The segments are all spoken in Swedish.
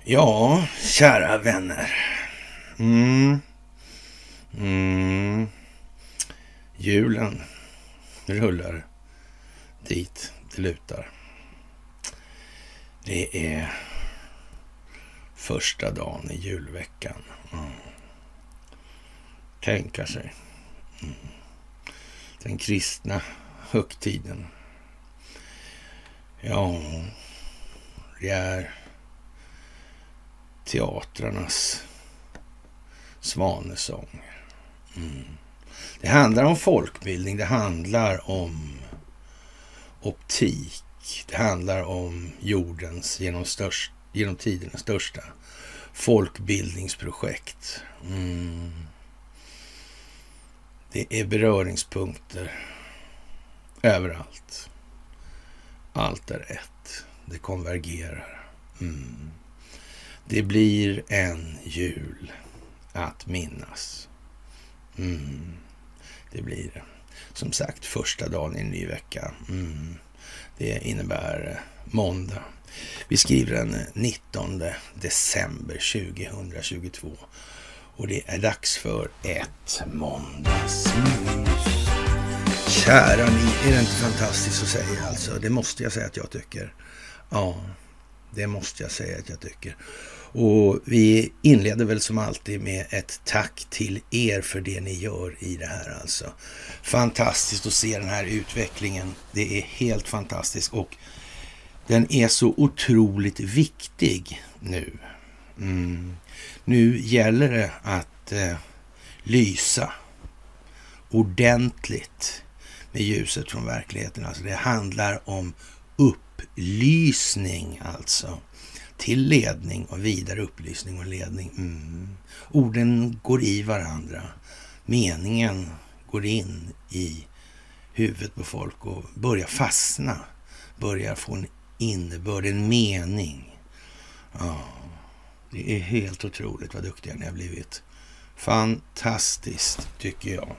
Ja, kära vänner. Julen rullar dit det lutar. Det är första dagen i julveckan. Tänka sig. Den kristna högtiden. Ja, det är teatrarnas svanesång. Det handlar om folkbildning, det handlar om optik, det handlar om jordens genom tidernas största folkbildningsprojekt. Det är beröringspunkter överallt. Allt är ett. Det konvergerar. Det blir en jul att minnas. Det blir det. Som sagt, första dagen i en ny vecka. Det innebär måndag. Vi skriver den 19 december 2022. Och det är dags för ett måndagsmys. Kära ni, är det inte fantastiskt att säga alltså? Det måste jag säga att jag tycker. Ja, det måste jag säga att jag tycker. Och vi inleder väl som alltid med ett tack till er för det ni gör i det här alltså. Fantastiskt att se den här utvecklingen. Det är helt fantastiskt och den är så otroligt viktig nu. Nu gäller det att lysa ordentligt med ljuset från verkligheten. Alltså det handlar om upplysning alltså. Till ledning och vidare upplysning och ledning. Orden går i varandra. Meningen går in i huvudet på folk och börjar fastna. Börjar få en innebörd, en mening. Ja, det är helt otroligt vad duktiga ni har blivit. Fantastiskt tycker jag.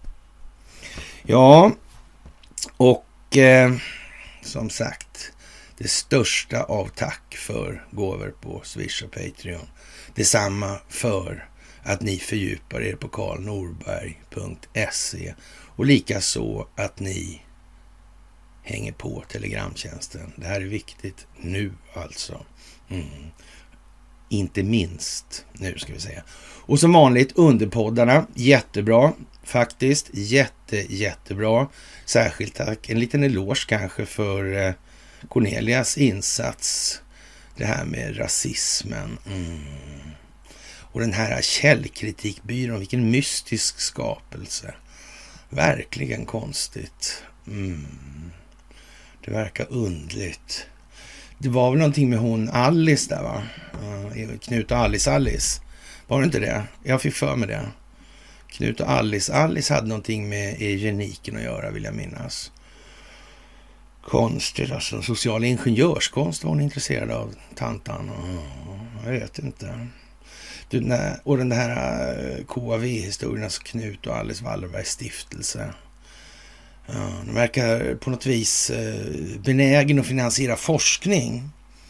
Ja, och som sagt, det största av tack för gåvor på Swish och Patreon. Detsamma för att ni fördjupar er på karlnorberg.se och likaså att ni hänger på telegramtjänsten. Det här är viktigt nu alltså. Inte minst nu ska vi säga. Och som vanligt underpoddarna, jättebra faktiskt. Jättebra. Särskilt tack. En liten eloge kanske för Cornelias insats. Det här med rasismen. Och den här källkritikbyrån. Vilken mystisk skapelse. Verkligen konstigt. Det verkar undligt. Det var väl någonting med hon Alice där va? Knut och Alice. Var det inte det? Jag fick för mig det. Knut och Alice hade någonting med eugeniken att göra vill jag minnas. Konstigt alltså. Social ingenjörskonst var hon intresserad av, tantan. Jag vet inte. Och den här KAV-historien, alltså Knut och Alice Wallenbergs stiftelse. De verkar på något vis benägen att finansiera forskning.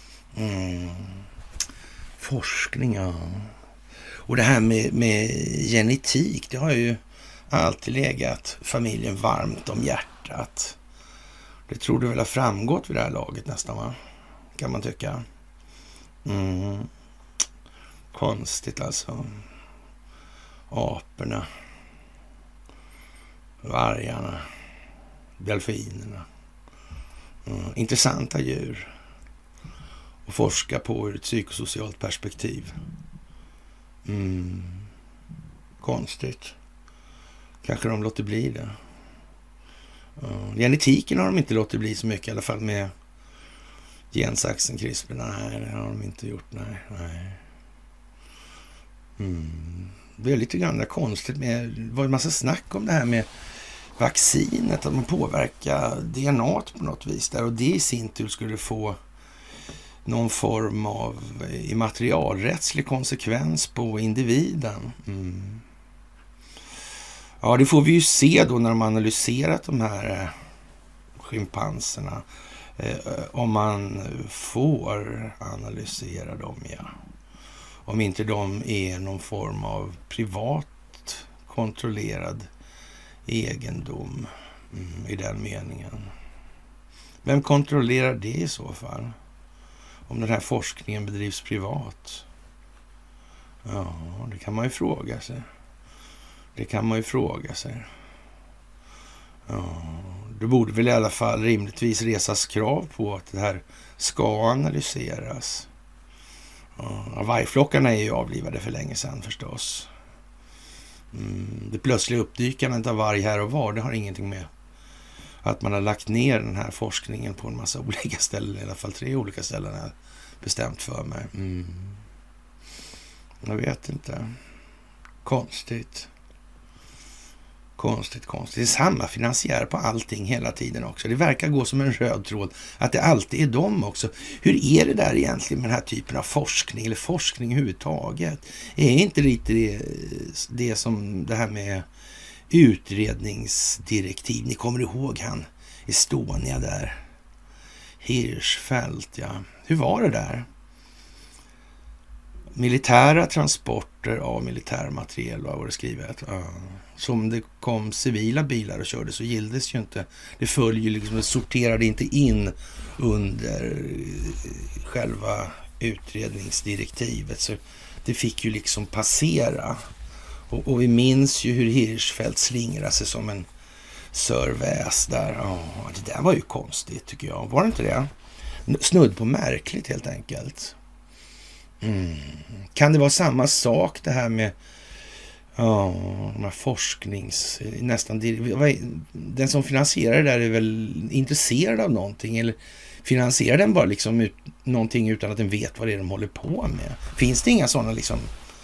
Forskning, ja. Och det här med genetik, det har ju alltid legat familjen varmt om hjärtat. Det tror du väl har framgått vid det här laget nästan, va? Kan man tycka. Konstigt alltså. Aporna. Vargarna. Delfinerna. Intressanta djur. Och forska på ur ett psykosocialt perspektiv. Konstigt. Kanske de låter bli det. Genetiken har de inte låtit bli så mycket i alla fall med gensaxen, CRISPR. Nej, det har de inte gjort. Nej. Det är lite grann konstigt med, det var en massa snack om det här med vaccinet, att man påverkar DNA på något vis där, och det i sin tur skulle få någon form av immaterialrättslig konsekvens på individen. Ja, det får vi ju se då när de analyserat de här schimpanserna. Om man får analysera dem, ja. Om inte de är någon form av privat kontrollerad egendom i den meningen. Vem kontrollerar det i så fall? Om den här forskningen bedrivs privat? Ja, det kan man ju fråga sig. Ja, det borde väl i alla fall rimligtvis resas krav på att det här ska analyseras. Ja, vargflockarna är ju avlivade för länge sedan förstås. Det plötsliga uppdykandet av varg här och var, det har ingenting med att man har lagt ner den här forskningen på en massa olika ställen, i alla fall 3 olika ställen har jag bestämt för mig. Jag vet inte. Konstigt. Det är samma finansiär på allting hela tiden också. Det verkar gå som en röd tråd att det alltid är dem också. Hur är det där egentligen med den här typen av forskning eller forskning överhuvudtaget? Är inte lite det som det här med utredningsdirektiv? Ni kommer ihåg han Estonia där. Hirschfeldt, ja. Hur var det där? Militära transporter av militär materiel, vad var det skrivet? Som det kom civila bilar och körde så gildes ju inte. Det följer liksom, det sorterade inte in under själva utredningsdirektivet. Så det fick ju liksom passera. Och vi minns ju hur Hirschfeldt slingrade sig som en sörväs där. Det där var ju konstigt tycker jag. Var det inte det? Snudd på märkligt helt enkelt. Kan det vara samma sak det här med de här nästan den som finansierar det där är väl intresserad av någonting eller finansierar den bara liksom någonting utan att den vet vad det är de håller på med? Finns det inga sådana liksom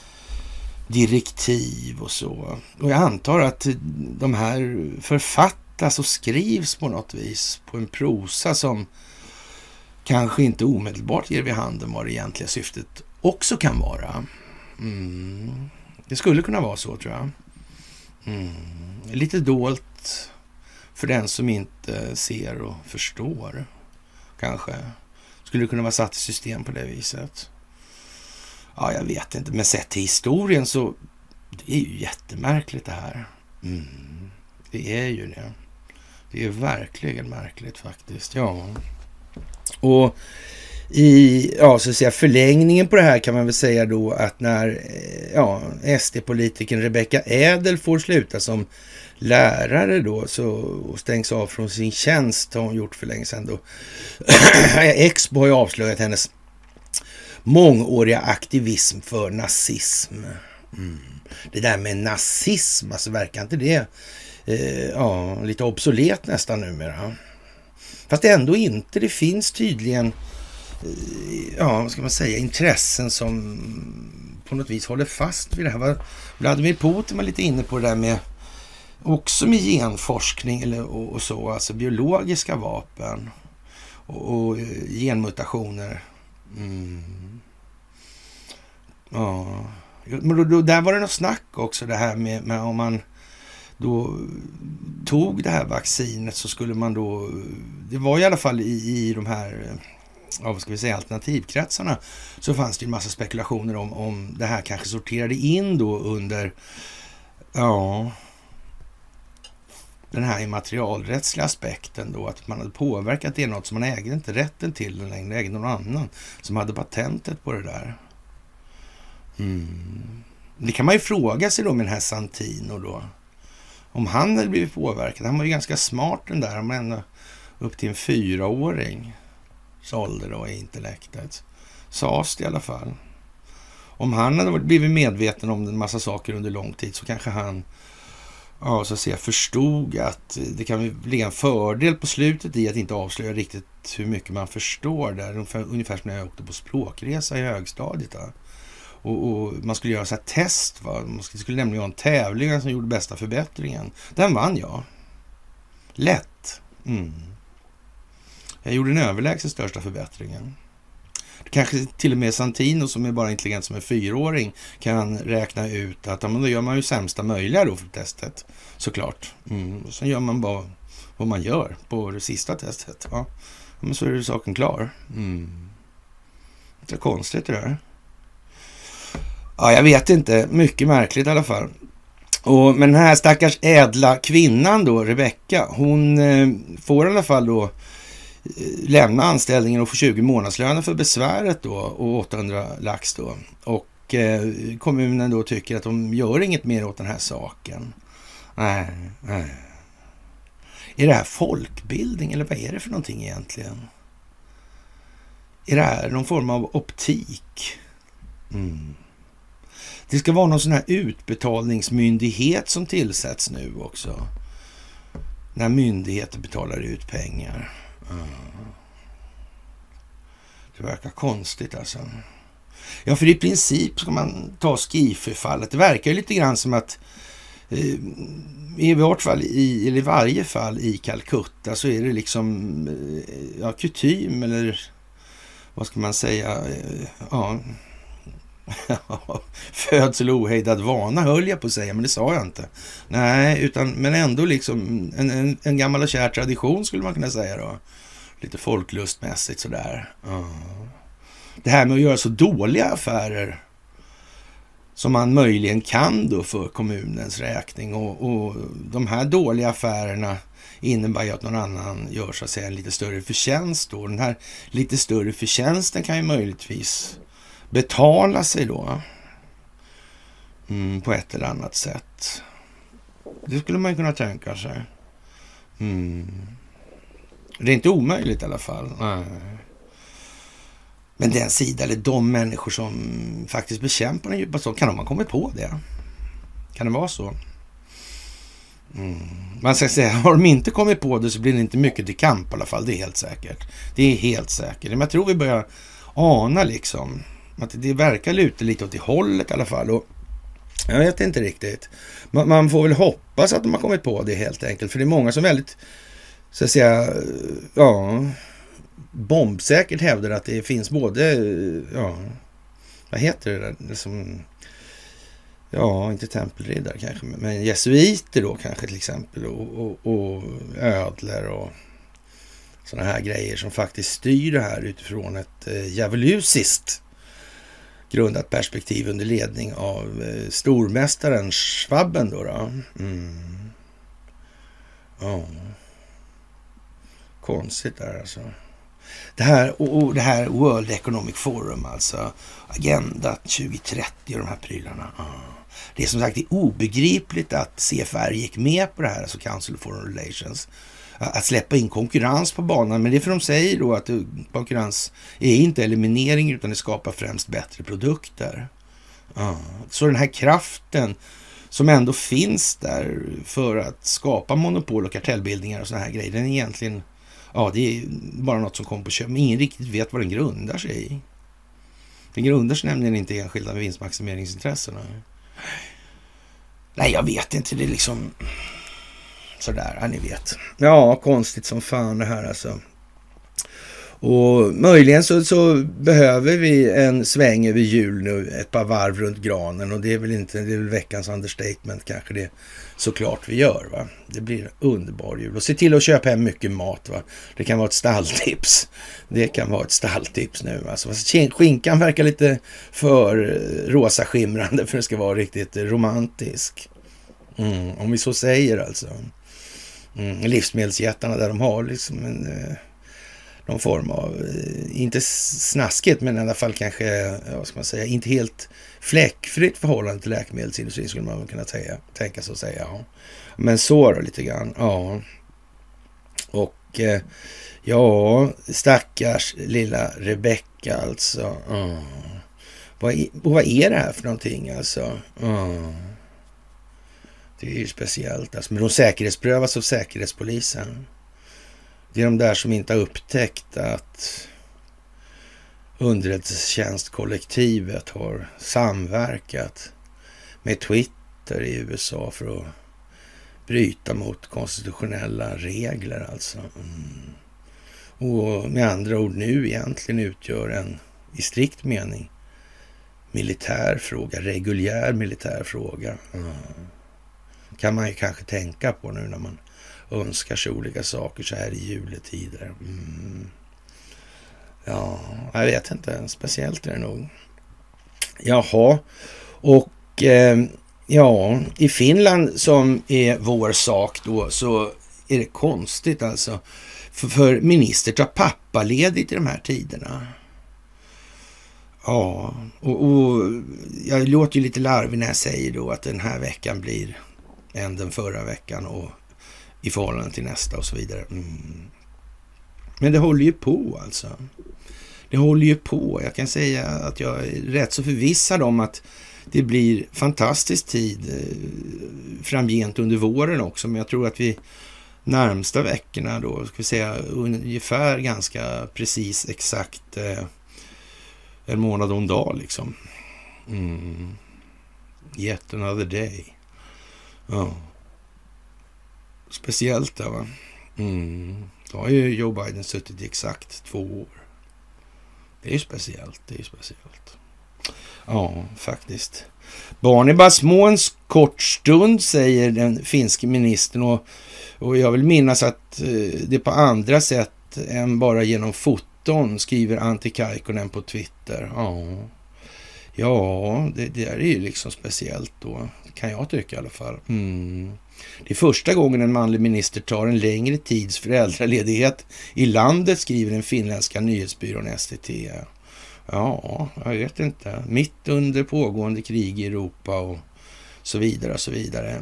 direktiv och så? Och jag antar att de här författas och skrivs på något vis på en prosa som kanske inte omedelbart ger vid handen vad det egentliga syftet också kan vara. Det skulle kunna vara så tror jag. Lite dolt för den som inte ser och förstår. Kanske. Skulle det kunna vara satt i system på det viset. Ja, jag vet inte. Men sett till historien så det är ju jättemärkligt det här. Det är ju det. Det är verkligen märkligt faktiskt. Ja. Och så att säga förlängningen på det här kan man väl säga då att när SD-politikern Rebecca Ädel får sluta som lärare då så stängs av från sin tjänst har hon gjort för länge sedan då. Expo har ju avslöjat hennes mångåriga aktivism för nazism. Det där med nazism, alltså verkar inte det lite obsolet nästan numera. Fast ändå inte. Det finns tydligen vad ska man säga, intressen som på något vis håller fast vid det här. Vladimir Putin var lite inne på det där med också med genforskning och så, alltså biologiska vapen och genmutationer. Men då, där var det något snack också det här med om man då tog det här vaccinet så skulle man då, det var i alla fall i de här vad ska vi säga, alternativkretsarna så fanns det en massa spekulationer om det här kanske sorterade in då under den här immaterialrättsliga aspekten då, att man hade påverkat det något som man ägde inte rätten till den längre, ägde någon annan som hade patentet på det där. Det kan man ju fråga sig då med den här Santino då. Om han hade blivit påverkad, han var ju ganska smart den där, han var ändå upp till en 4-åring ålder då i intellektet. Sades det i alla fall. Om han hade blivit medveten om en massa saker under lång tid så kanske han så att säga förstod att det kan bli en fördel på slutet i att inte avslöja riktigt hur mycket man förstår där. Ungefär som när jag åkte på språkresa i högstadiet. Och man skulle göra så här test. Man skulle nämligen ha en tävling som gjorde bästa förbättringen. Den vann jag. Lätt. Jag gjorde den överlägset största förbättringen. Kanske till och med Santino som är bara intelligent som en 4-åring kan räkna ut att då gör man ju sämsta möjliga då för testet. Såklart. Och sen gör man bara vad man gör på det sista testet. Ja. Men så är det saken klar. Det är konstigt det där. Ja, jag vet inte. Mycket märkligt i alla fall. Men den här stackars ädla kvinnan då, Rebecka, hon får i alla fall då lämna anställningen och få 20 månadslöner för besväret då och 800 lax då. Och kommunen då tycker att de gör inget mer åt den här saken. Nej. Är det här folkbildning eller vad är det för någonting egentligen? Är det här någon form av optik? Det ska vara någon sån här utbetalningsmyndighet som tillsätts nu också. När myndigheter betalar ut pengar. Det verkar konstigt alltså. Ja, för i princip ska man ta Skiffy-fallet. Det verkar ju lite grann som att i vart fall eller i varje fall i Calcutta så är det liksom kutym eller vad ska man säga, födsel ohejdad vana höll jag på att säga, men det sa jag inte. Nej, men ändå liksom en gammal och kär tradition skulle man kunna säga då. Lite folklustmässigt sådär. Det här med att göra så dåliga affärer som man möjligen kan då för kommunens räkning och de här dåliga affärerna innebär ju att någon annan gör så att säga en lite större förtjänst då. Den här lite större förtjänsten kan ju möjligtvis betala sig då på ett eller annat sätt. Det skulle man ju kunna tänka sig. Det är inte omöjligt i alla fall. Nej. Men den sida eller de människor som faktiskt bekämpar den djupa staten, kan de ha kommit på det? Kan det vara så? Man ska säga, har de inte kommit på det så blir det inte mycket till kamp i alla fall. Det är helt säkert. Det är helt säkert. Men jag tror vi börjar ana liksom att det verkar luta lite åt det hållet i alla fall. Och jag vet inte riktigt. Man får väl hoppas att de har kommit på det helt enkelt. För det är många som väldigt, så att säga, bombsäkert hävdar att det finns både, vad heter det där som, inte tempelriddare kanske, men jesuiter då kanske till exempel och ödlor och sådana här grejer som faktiskt styr det här utifrån ett djävulusiskt grundat perspektiv under ledning av stormästaren Schwabben då. Konstigt där alltså. Det här World Economic Forum, alltså Agenda 2030 och de här prylarna. Det är som sagt obegripligt att CFR gick med på det här, alltså Council of Foreign Relations, att släppa in konkurrens på banan. Men det är för de säger då att konkurrens är inte eliminering utan det skapar främst bättre produkter. Så den här kraften som ändå finns där för att skapa monopol och kartellbildningar och såna här grejer, den är egentligen, det är bara något som kommer på köp, men ingen riktigt vet vad den grundar sig i. Den grundar sig nämligen inte i enskilda vinstmaximeringsintressena. Nej, jag vet inte, det är liksom sådär, ni vet. Ja, konstigt som fan det här alltså. Och möjligen så behöver vi en sväng över jul nu, ett par varv runt granen, och det är väl veckans understatement kanske det såklart vi gör, va. Det blir underbar jul. Och se till att köpa hem mycket mat, va. Det kan vara ett stalltips. Det kan vara ett stalltips nu, alltså. Skinkan verkar lite för rosa skimrande för att det ska vara riktigt romantisk. Om vi så säger alltså. Livsmedelsjättarna där de har liksom någon form av, inte snaskigt, men i alla fall kanske, vad ska man säga, inte helt fläckfritt förhållande till läkemedelsindustrin skulle man kunna tänka så att säga. Ja. Men så då lite grann, ja. Och stackars lilla Rebecka alltså. Vad är det här för någonting alltså? Det är ju speciellt alltså. Men de säkerhetsprövas av säkerhetspolisen. Det är de där som inte har upptäckt att underrättelsetjänstkollektivet har samverkat med Twitter i USA för att bryta mot konstitutionella regler alltså. Och med andra ord nu egentligen utgör en, i strikt mening, militär fråga, reguljär militär fråga. Kan man ju kanske tänka på nu när man önskar sig olika saker så här i juletider. Ja, jag vet inte. Speciellt är det nog. Jaha. Och ja, i Finland som är vår sak då, så är det konstigt alltså. För minister tar pappaledigt i de här tiderna. Ja, och jag låter ju lite larvig när jag säger då att den här veckan blir än den förra veckan och i förhållande till nästa och så vidare. Men det håller ju på alltså. Det håller ju på. Jag kan säga att jag är rätt så förvissad om att det blir fantastisk tid framgent under våren också. Men jag tror att vi närmsta veckorna då, ska vi säga ungefär ganska precis exakt en månad och en dag liksom. Yet another day. Ja. Speciellt där va. Då har ju Joe Biden suttit i exakt 2 år. Det är ju speciellt, Ja, faktiskt. Barn är bara små en kort stund, säger den finske ministern. Och jag vill minnas att det på andra sätt än bara genom foton, skriver Antti Kaikkonen på Twitter. Ja, det är ju liksom speciellt då, kan jag tycka i alla fall. Det är första gången en manlig minister tar en längre tids föräldraledighet i landet, skriver den finländska nyhetsbyrån STT. Ja, jag vet inte. Mitt under pågående krig i Europa och så vidare och så vidare.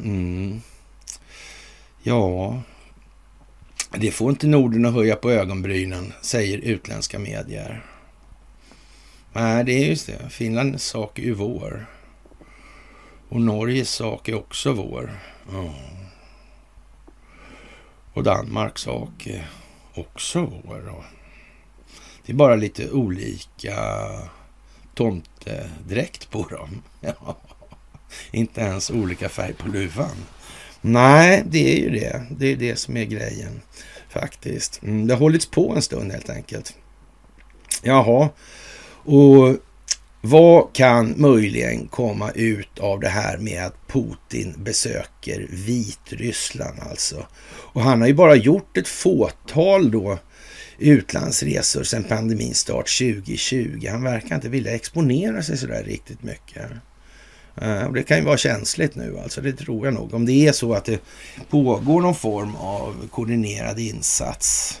Ja, det får inte Norden att höja på ögonbrynen, säger utländska medier. Nej, det är just det. Finlands sak är ju vår. Och Norges sak är också vår. Och Danmarks sak är också vår. Det är bara lite olika tomtedräkt på dem. Ja. Inte ens olika färg på luvan. Nej, det är ju det. Det är det som är grejen faktiskt. Det har hållits på en stund helt enkelt. Jaha. Och vad kan möjligen komma ut av det här med att Putin besöker Vitryssland alltså? Och han har ju bara gjort ett fåtal då utlandsresor sedan pandemins start 2020. Han verkar inte vilja exponera sig sådär riktigt mycket. Och det kan ju vara känsligt nu alltså, det tror jag nog. Om det är så att det pågår någon form av koordinerad insats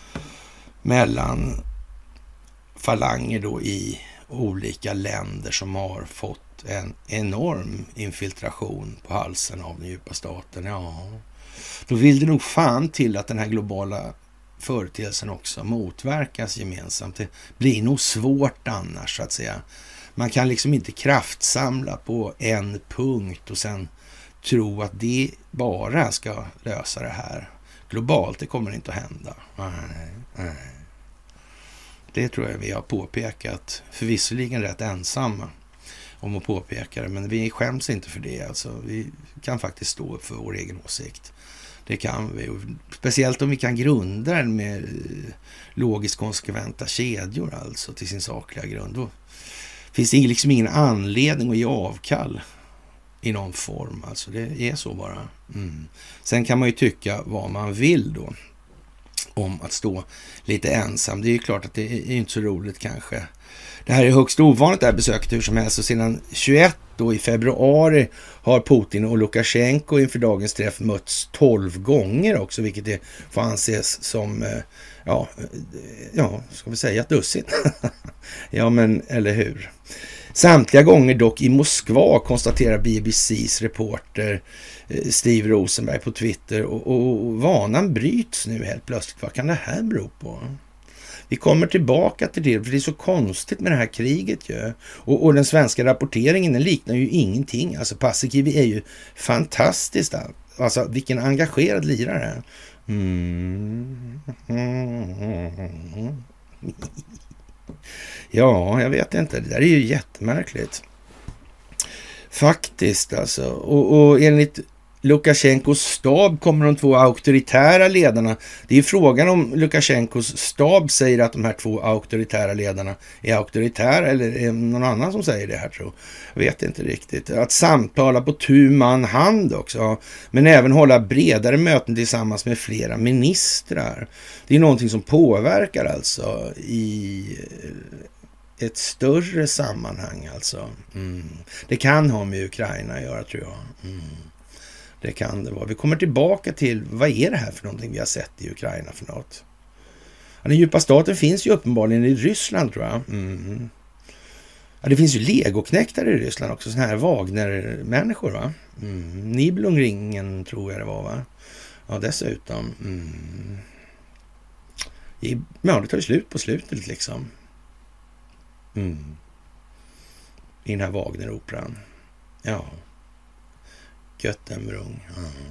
mellan falanger då i olika länder som har fått en enorm infiltration på halsen av den djupa staten. Ja, då vill det nog fan till att den här globala företeelsen också motverkas gemensamt. Det blir nog svårt annars så att säga. Man kan liksom inte kraftsamla på en punkt och sen tro att det bara ska lösa det här. Globalt, det kommer inte att hända. Nej. Det tror jag vi har påpekat, förvisserligen rätt ensamma om att påpeka det, men vi skäms inte för det. Alltså, vi kan faktiskt stå upp för vår egen åsikt. Det kan vi, speciellt om vi kan grunda den med logiskt konsekventa kedjor alltså till sin sakliga grund. Då finns det liksom ingen anledning att ge avkall i någon form. Alltså det är så bara. Sen kan man ju tycka vad man vill då om att stå lite ensam. Det är ju klart att det är inte så roligt kanske. Det här är högst ovanligt det här besöket hur som helst, och sedan 21 då i februari har Putin och Lukasjenko inför dagens träff mötts 12 gånger också, vilket det får anses som ska vi säga ett dussin. Ja men eller hur. Samtliga gånger dock i Moskva, konstaterar BBCs reporter Steve Rosenberg på Twitter, och vanan bryts nu helt plötsligt. Vad kan det här bero på? Vi kommer tillbaka till det, för det är så konstigt med det här kriget ju. Och den svenska rapporteringen, den liknar ju ingenting. Alltså Paasikivi är ju fantastiskt. Alltså vilken engagerad lirare. Ja, jag vet inte. Det där är ju jättemärkligt. Faktiskt alltså. Och enligt Lukasjenkos stab kommer de 2 auktoritära ledarna. Det är frågan om Lukasjenkos stab säger att de här 2 auktoritära ledarna är auktoritära, eller är det någon annan som säger det här, tror jag. Vet inte riktigt. Att samtala på tu man hand också. Ja. Men även hålla bredare möten tillsammans med flera ministrar. Det är någonting som påverkar alltså i ett större sammanhang alltså. Det kan ha med Ukraina att göra, tror jag. Det kan det vara. Vi kommer tillbaka till, vad är det här för någonting vi har sett i Ukraina för något? Ja, den djupa staten finns ju uppenbarligen i Ryssland, tror jag. Ja, det finns ju legoknäktare i Ryssland också, såna här Wagner-människor, va? Nibelungringen tror jag det var, va? Ja, dessutom. Ja, det tar ju slut på slutet liksom. I den här Wagner-operan. Ja. Göttenbrung.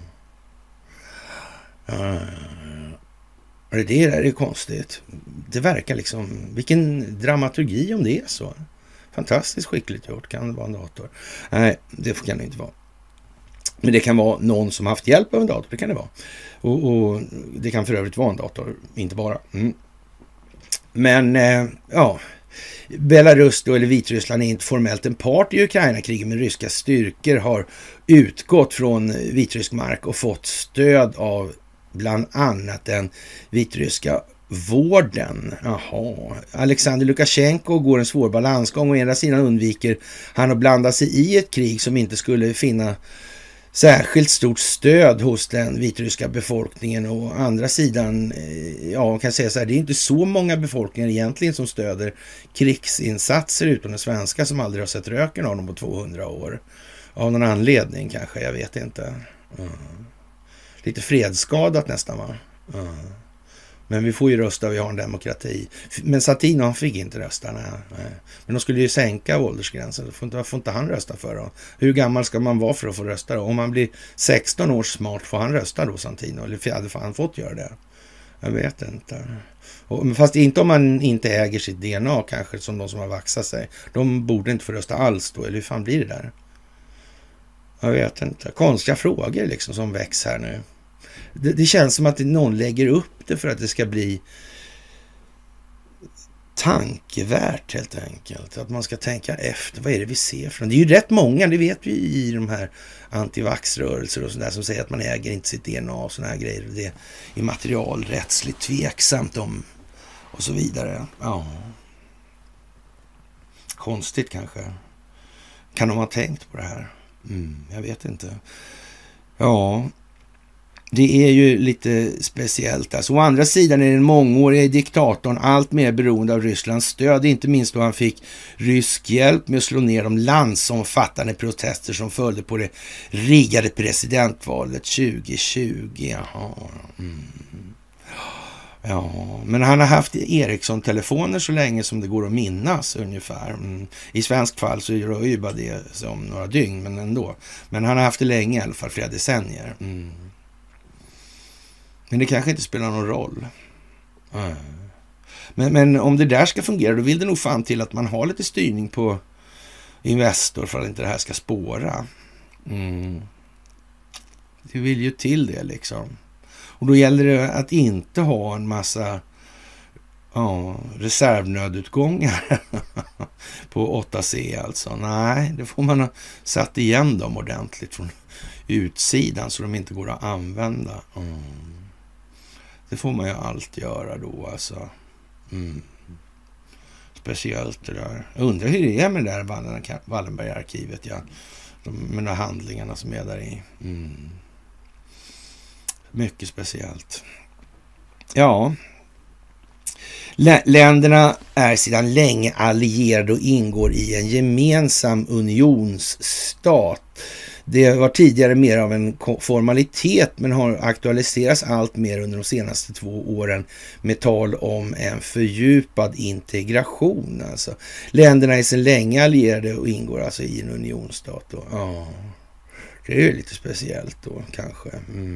Ja. Det där är konstigt. Det verkar liksom, vilken dramaturgi om det är så. Fantastiskt skickligt gjort. Kan det vara en dator? Nej, det kan det inte vara. Men det kan vara någon som haft hjälp av en dator. Det kan det vara. Och det kan för övrigt vara en dator. Inte bara. Men ja, Belarus då, eller Vitryssland, är inte formellt en part i Ukraina-kriget, men ryska styrkor har utgått från vitrysk mark och fått stöd av bland annat den vitryska vården. Jaha. Alexander Lukasjenko går en svår balansgång. Å ena sidan undviker han att blanda sig i ett krig som inte skulle finna särskilt stort stöd hos den vitryska befolkningen, och å andra sidan, ja, man kan säga så här, det är inte så många befolkningar egentligen som stöder krigsinsatser utom den svenska, som aldrig har sett röken av dem på 200 år. Av någon anledning kanske, jag vet inte. Lite fredsskadat nästan, va? Men vi får ju rösta, vi har en demokrati. Men Satino, han fick inte rösta. Nej. Men de skulle ju sänka åldersgränsen. Vad får inte han rösta för då? Hur gammal ska man vara för att få rösta då? Om man blir 16 år smart, får han rösta då, Santino? Eller hade han fått göra det? Jag vet inte. Fast inte om man inte äger sitt DNA kanske, som de som har vaxat sig. De borde inte få rösta alls då. Eller hur fan blir det där? Jag vet inte. Konstiga frågor liksom som väcks här nu. Det känns som att någon lägger upp det för att det ska bli tankevärt helt enkelt. Att man ska tänka efter, vad är det vi ser från? Det är ju rätt många, det vet vi i de här antivaxrörelser och sådär, som säger att man äger inte sitt DNA och sådana här grejer. Det är immaterialrättsligt tveksamt om och så vidare. Ja. Konstigt kanske. Kan de ha tänkt på det här? Jag vet inte. Ja, det är ju lite speciellt. Alltså, å andra sidan är den mångåriga diktatorn allt mer beroende av Rysslands stöd, inte minst då han fick rysk hjälp med att slå ner de landsomfattande protester som följde på det riggade presidentvalet 2020. Jaha. Ja, men han har haft Ericsson-telefoner så länge som det går att minnas ungefär. I svensk fall så rör ju bara det som några dygn, men ändå. Men han har haft det länge i alla fall, flera decennier. Men det kanske inte spelar någon roll. Men om det där ska fungera, då vill det nog fan till att man har lite styrning på Investor för att inte det här ska spåra. Det vill ju till det liksom. Och då gäller det att inte ha en massa reservnödutgångar på 8C alltså. Nej, det får man ha satt igen dem ordentligt från utsidan så de inte går att använda. Det får man ju alltid göra då alltså. Speciellt det där. Jag undrar hur det är med det där Wallenberg-arkivet, ja. Med de handlingarna som är där i. Mycket speciellt. Ja. Länderna är sedan länge allierade och ingår i en gemensam unionsstat. Det var tidigare mer av en formalitet, men har aktualiserats allt mer under de senaste 2 åren med tal om en fördjupad integration. Alltså. Länderna är sedan länge allierade och ingår alltså i en unionsstat. Då. Ja, det är ju lite speciellt då kanske.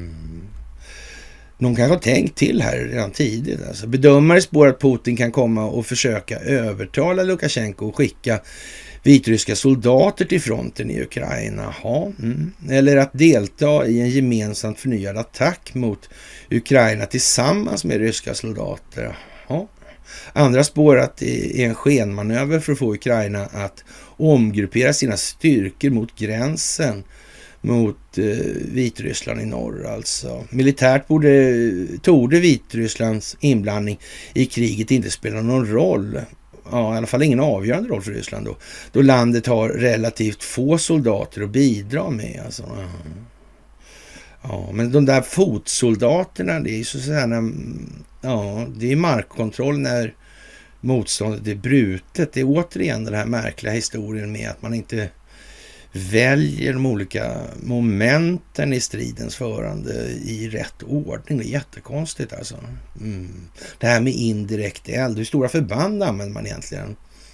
Någon kanske har tänkt till här redan tidigt. Alltså. Bedömare spår att Putin kan komma och försöka övertala Lukasjenko och skicka vitryska soldater till fronten i Ukraina. Eller att delta i en gemensamt förnyad attack mot Ukraina tillsammans med ryska soldater. Andra spår att det är en skenmanöver för att få Ukraina att omgruppera sina styrkor mot gränsen mot Vitryssland i norr alltså. Militärt torde Vitrysslands inblandning i kriget inte spela någon roll. i alla fall ingen avgörande roll för Ryssland då landet har relativt få soldater att bidra med. Alltså. Ja, men de där fotsoldaterna, det är ju så att säga, det är markkontroll när motståndet är brutet. Det är återigen den här märkliga historien med att man inte väljer de olika momenten i stridens förande i rätt ordning. Det är jättekonstigt alltså. Det här med indirekt eld. Hur stora förband använder man egentligen?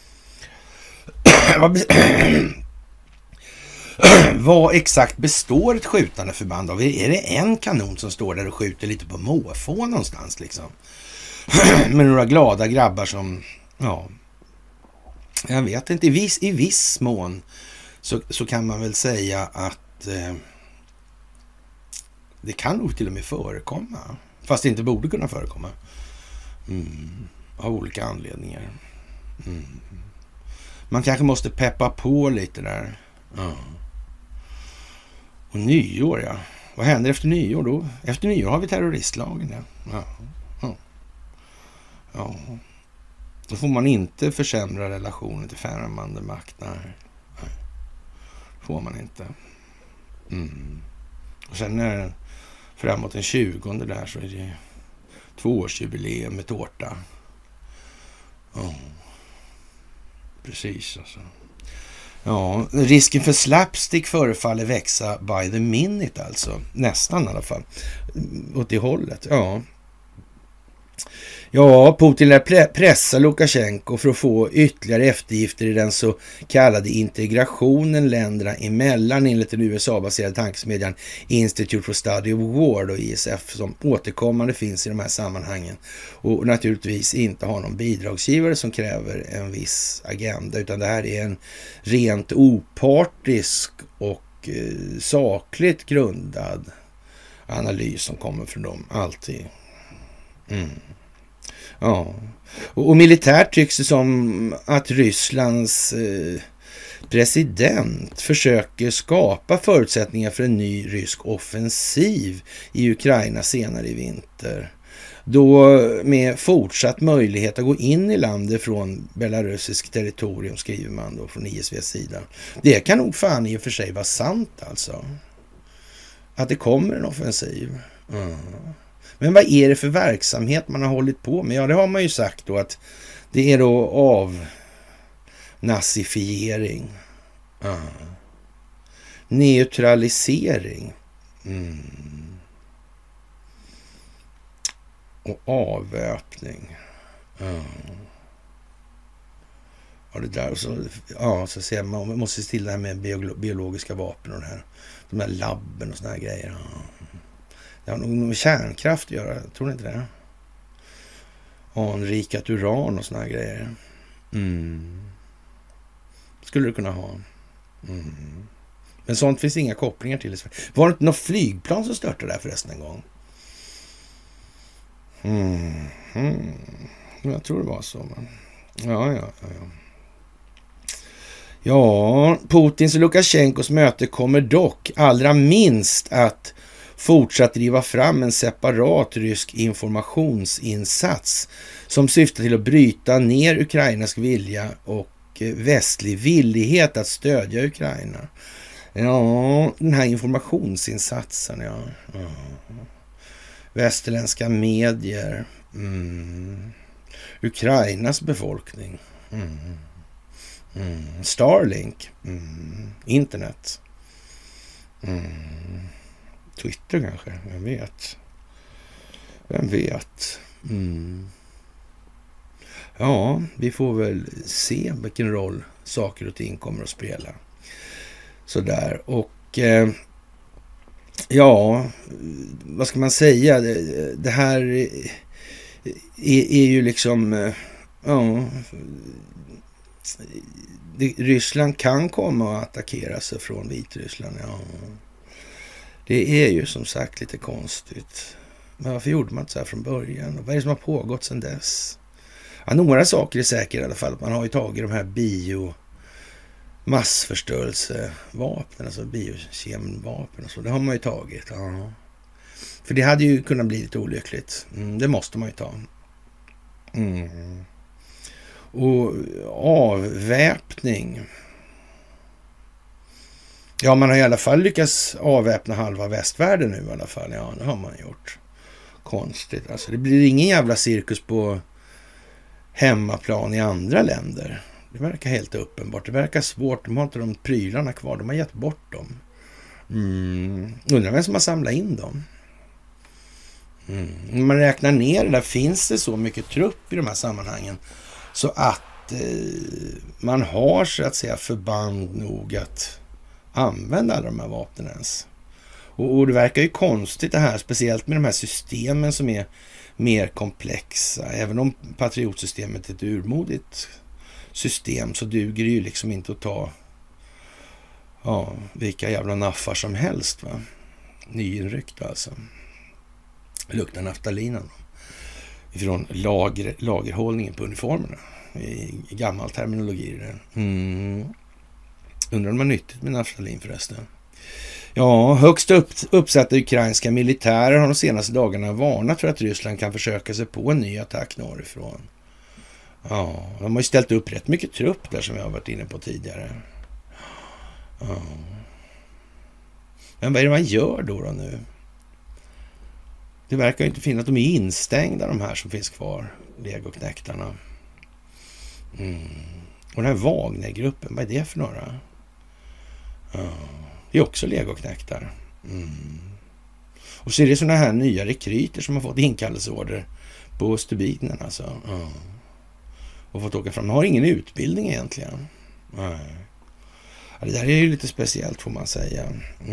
Vad exakt består ett skjutande förband av? Är det en kanon som står där och skjuter lite på måfå någonstans liksom? Med några glada grabbar som, jag vet inte, i viss mån så kan man väl säga att det kan nog till och med förekomma. Fast det inte borde kunna förekomma. Av olika anledningar. Man kanske måste peppa på lite där. Och nyår, ja. Vad händer efter nyår då? Efter nyår har vi terroristlagen. Ja. Då får man inte försämra relationen till främmande makt. Nej. Får man inte. Och sen när det framåt den 20 där så är det 2-årsjubileum med tårta. Precis alltså. Ja, risken för slapstick förefaller växa by the minute alltså. Nästan i alla fall. Åt det hållet, Ja, Putin lär pressa Lukasjenko för att få ytterligare eftergifter i den så kallade integrationen länderna emellan enligt den USA-baserade tankesmedjan Institute for Study of War och ISF som återkommande finns i de här sammanhangen och naturligtvis inte har någon bidragsgivare som kräver en viss agenda utan det här är en rent opartisk och sakligt grundad analys som kommer från dem alltid. Ja, och militärt tycks det som att Rysslands president försöker skapa förutsättningar för en ny rysk offensiv i Ukraina senare i vinter. Då med fortsatt möjlighet att gå in i landet från belarusisk territorium skriver man då från ISVs sida. Det kan nog fan i och för sig vara sant alltså. Att det kommer en offensiv. Men vad är det för verksamhet man har hållit på med? Ja, det har man ju sagt då att det är då avnazifiering. Neutralisering. Och avväpning. Ja, det där. Så ser man måste se till det här med biologiska vapen och det här. De här labben och såna här grejer. Det har nog med kärnkraft att göra, tror ni inte det? Anrikat uran och såna här grejer. Skulle det kunna ha. Men sånt finns inga kopplingar till i Sverige. Var det inte något flygplan som störtade där förresten en gång? Jag tror det var så. Men... Ja, Putins och Lukasjenkos möte kommer dock allra minst att fortsatt driva fram en separat rysk informationsinsats som syftar till att bryta ner Ukrainas vilja och västlig villighet att stödja Ukraina. Ja, den här informationsinsatsen, västerländska medier, Ukrainas befolkning, Starlink, internet, Twitter kanske, vem vet. Ja, vi får väl se vilken roll saker och ting kommer att spela. Sådär, och vad ska man säga? Det här är ju liksom, Ryssland kan komma att attackera sig från Vitryssland, Det är ju som sagt lite konstigt. Men varför gjorde man inte så här från början? Och vad är det som har pågått sedan dess? Ja, några saker är säkert i alla fall. Man har ju tagit de här massförstörelsevapen, alltså biokemvapen och så. Det har man ju tagit. Ja. För det hade ju kunnat bli lite olyckligt. Det måste man ju ta. Och avväpning. Ja, man har i alla fall lyckats avväpna halva västvärlden nu i alla fall. Ja, det har man gjort. Konstigt. Alltså, det blir ingen jävla cirkus på hemmaplan i andra länder. Det verkar helt uppenbart. Det verkar svårt. De har inte de prylarna kvar. De har gett bort dem. Undrar vem som har samlat in dem. När man räknar ner det där, finns det så mycket trupp i de här sammanhangen så att man har så att säga förband nog att använda alla de här vapnen ens. Och det verkar ju konstigt det här, speciellt med de här systemen som är mer komplexa. Även om patriotsystemet är ett urmodigt system så duger det ju liksom inte att ta vilka jävla naffar som helst, va. Nyinryckta alltså. Luktar naftalina ifrån lagerhållningen på uniformerna. I gammal terminologi. Undrar om man nyttigt med naftalin förresten. Ja, högst uppsatta ukrainska militärer har de senaste dagarna varnat för att Ryssland kan försöka sig på en ny attack norrifrån. Ja, de har ju ställt upp rätt mycket trupp där som jag har varit inne på tidigare. Ja. Men vad är det man gör då nu? Det verkar ju inte finnas att de är instängda, de här som finns kvar, legoknäktarna. Och den här Wagnergruppen, vad är det för några? Det är också legoknäktar. Och så är det sådana här nya rekryter som har fått inkallelseorder på stubinen alltså. Och fått åka fram. De har ingen utbildning egentligen. Nej. Ja, det där är ju lite speciellt får man säga.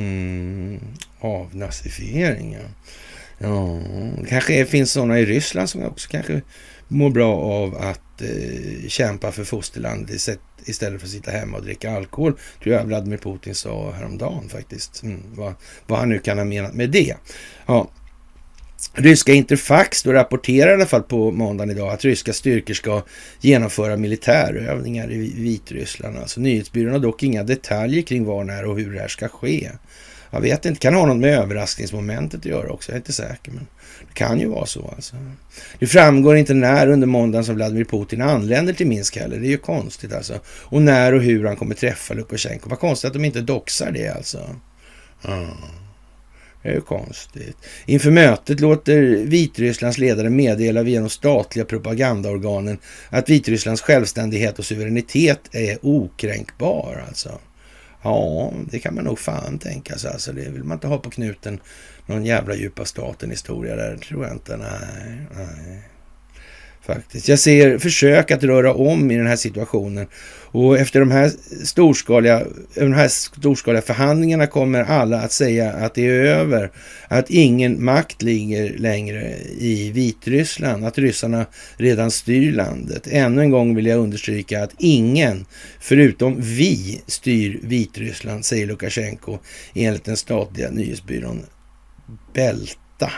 Avnazifiering. Ja, kanske finns sådana i Ryssland som också kanske mår bra av att kämpa för fosterlandet istället för att sitta hemma och dricka alkohol. Tror jag Vladimir Putin sa häromdagen faktiskt. Vad han nu kan ha menat med det. Ja. Ryska Interfax då rapporterar i alla fall på måndagen idag att ryska styrkor ska genomföra militärövningar i Vitryssland. Alltså nyhetsbyrån har dock inga detaljer kring var, när och hur det här ska ske. Jag vet inte, kan ha något med överraskningsmomentet att göra också, jag är inte säker, men det kan ju vara så alltså. Det framgår inte när under måndagen som Vladimir Putin anländer till Minsk heller, det är ju konstigt alltså. Och när och hur han kommer träffa Lukasjenko, vad konstigt att de inte doxar det alltså. Det är ju konstigt. Inför mötet låter Vitrysslands ledare meddela via de statliga propagandaorganen att Vitrysslands självständighet och suveränitet är okränkbar alltså. Ja, det kan man nog fan tänka sig. Alltså, det vill man inte ha på knuten någon jävla djupa staten-historia där, tror jag inte. Nej. Faktiskt. Jag ser försök att röra om i den här situationen. Och efter de här storskaliga förhandlingarna kommer alla att säga att det är över. Att ingen makt ligger längre i Vitryssland. Att ryssarna redan styr landet. Ännu en gång vill jag understryka att ingen förutom vi styr Vitryssland, säger Lukasjenko enligt den statliga nyhetsbyrån Bälta.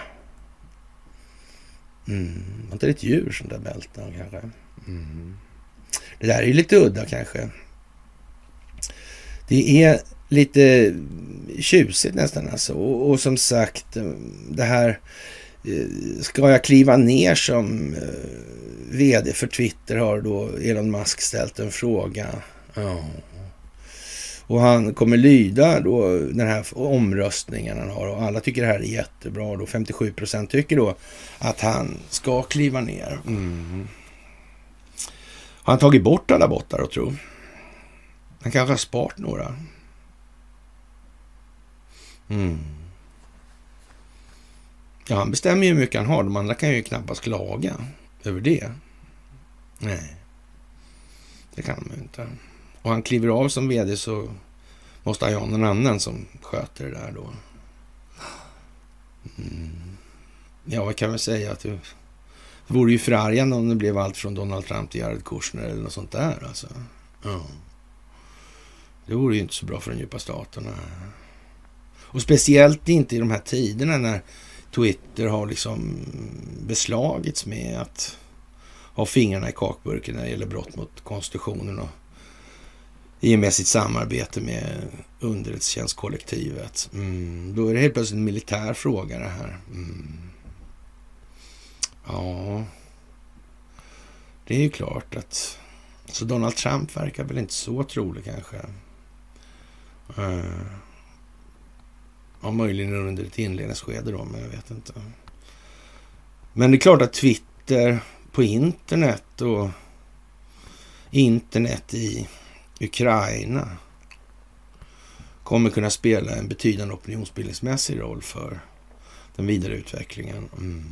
Var inte det ett djur som där Bälta kanske? Det där är ju lite udda kanske. Det är lite tjusigt nästan alltså. Och som sagt, det här ska jag kliva ner som vd för Twitter, har då Elon Musk ställt en fråga. Och han kommer lyda då den här omröstningen han har, och alla tycker det här är jättebra. Då 57% tycker då att han ska kliva ner. Har han tagit bort alla bottar och tro? Han kanske har sparat några. Ja, han bestämmer ju hur mycket han har. De andra kan ju knappast klaga över det. Nej, det kan man inte. Och han kliver av som vd, så måste han ha någon annan som sköter det där då. Ja, vad kan man säga? Att det vore ju förargande om det blev allt från Donald Trump till Jared Kushner eller något sånt där alltså. Det vore ju inte så bra för den djupa staten. Och speciellt inte i de här tiderna när Twitter har liksom beslagits med att ha fingrarna i kakburken när det gäller brott mot konstitutionen och i och med sitt samarbete med underrättelsetjänstkollektivet. Då är det helt plötsligt en militär fråga det här. Ja, det är ju klart att Så Donald Trump verkar väl inte så trolig kanske. Ja, möjligen under ett inledningsskede då, men jag vet inte. Men det är klart att Twitter på internet och internet i Ukraina kommer kunna spela en betydande opinionsbildningsmässig roll för den vidare utvecklingen.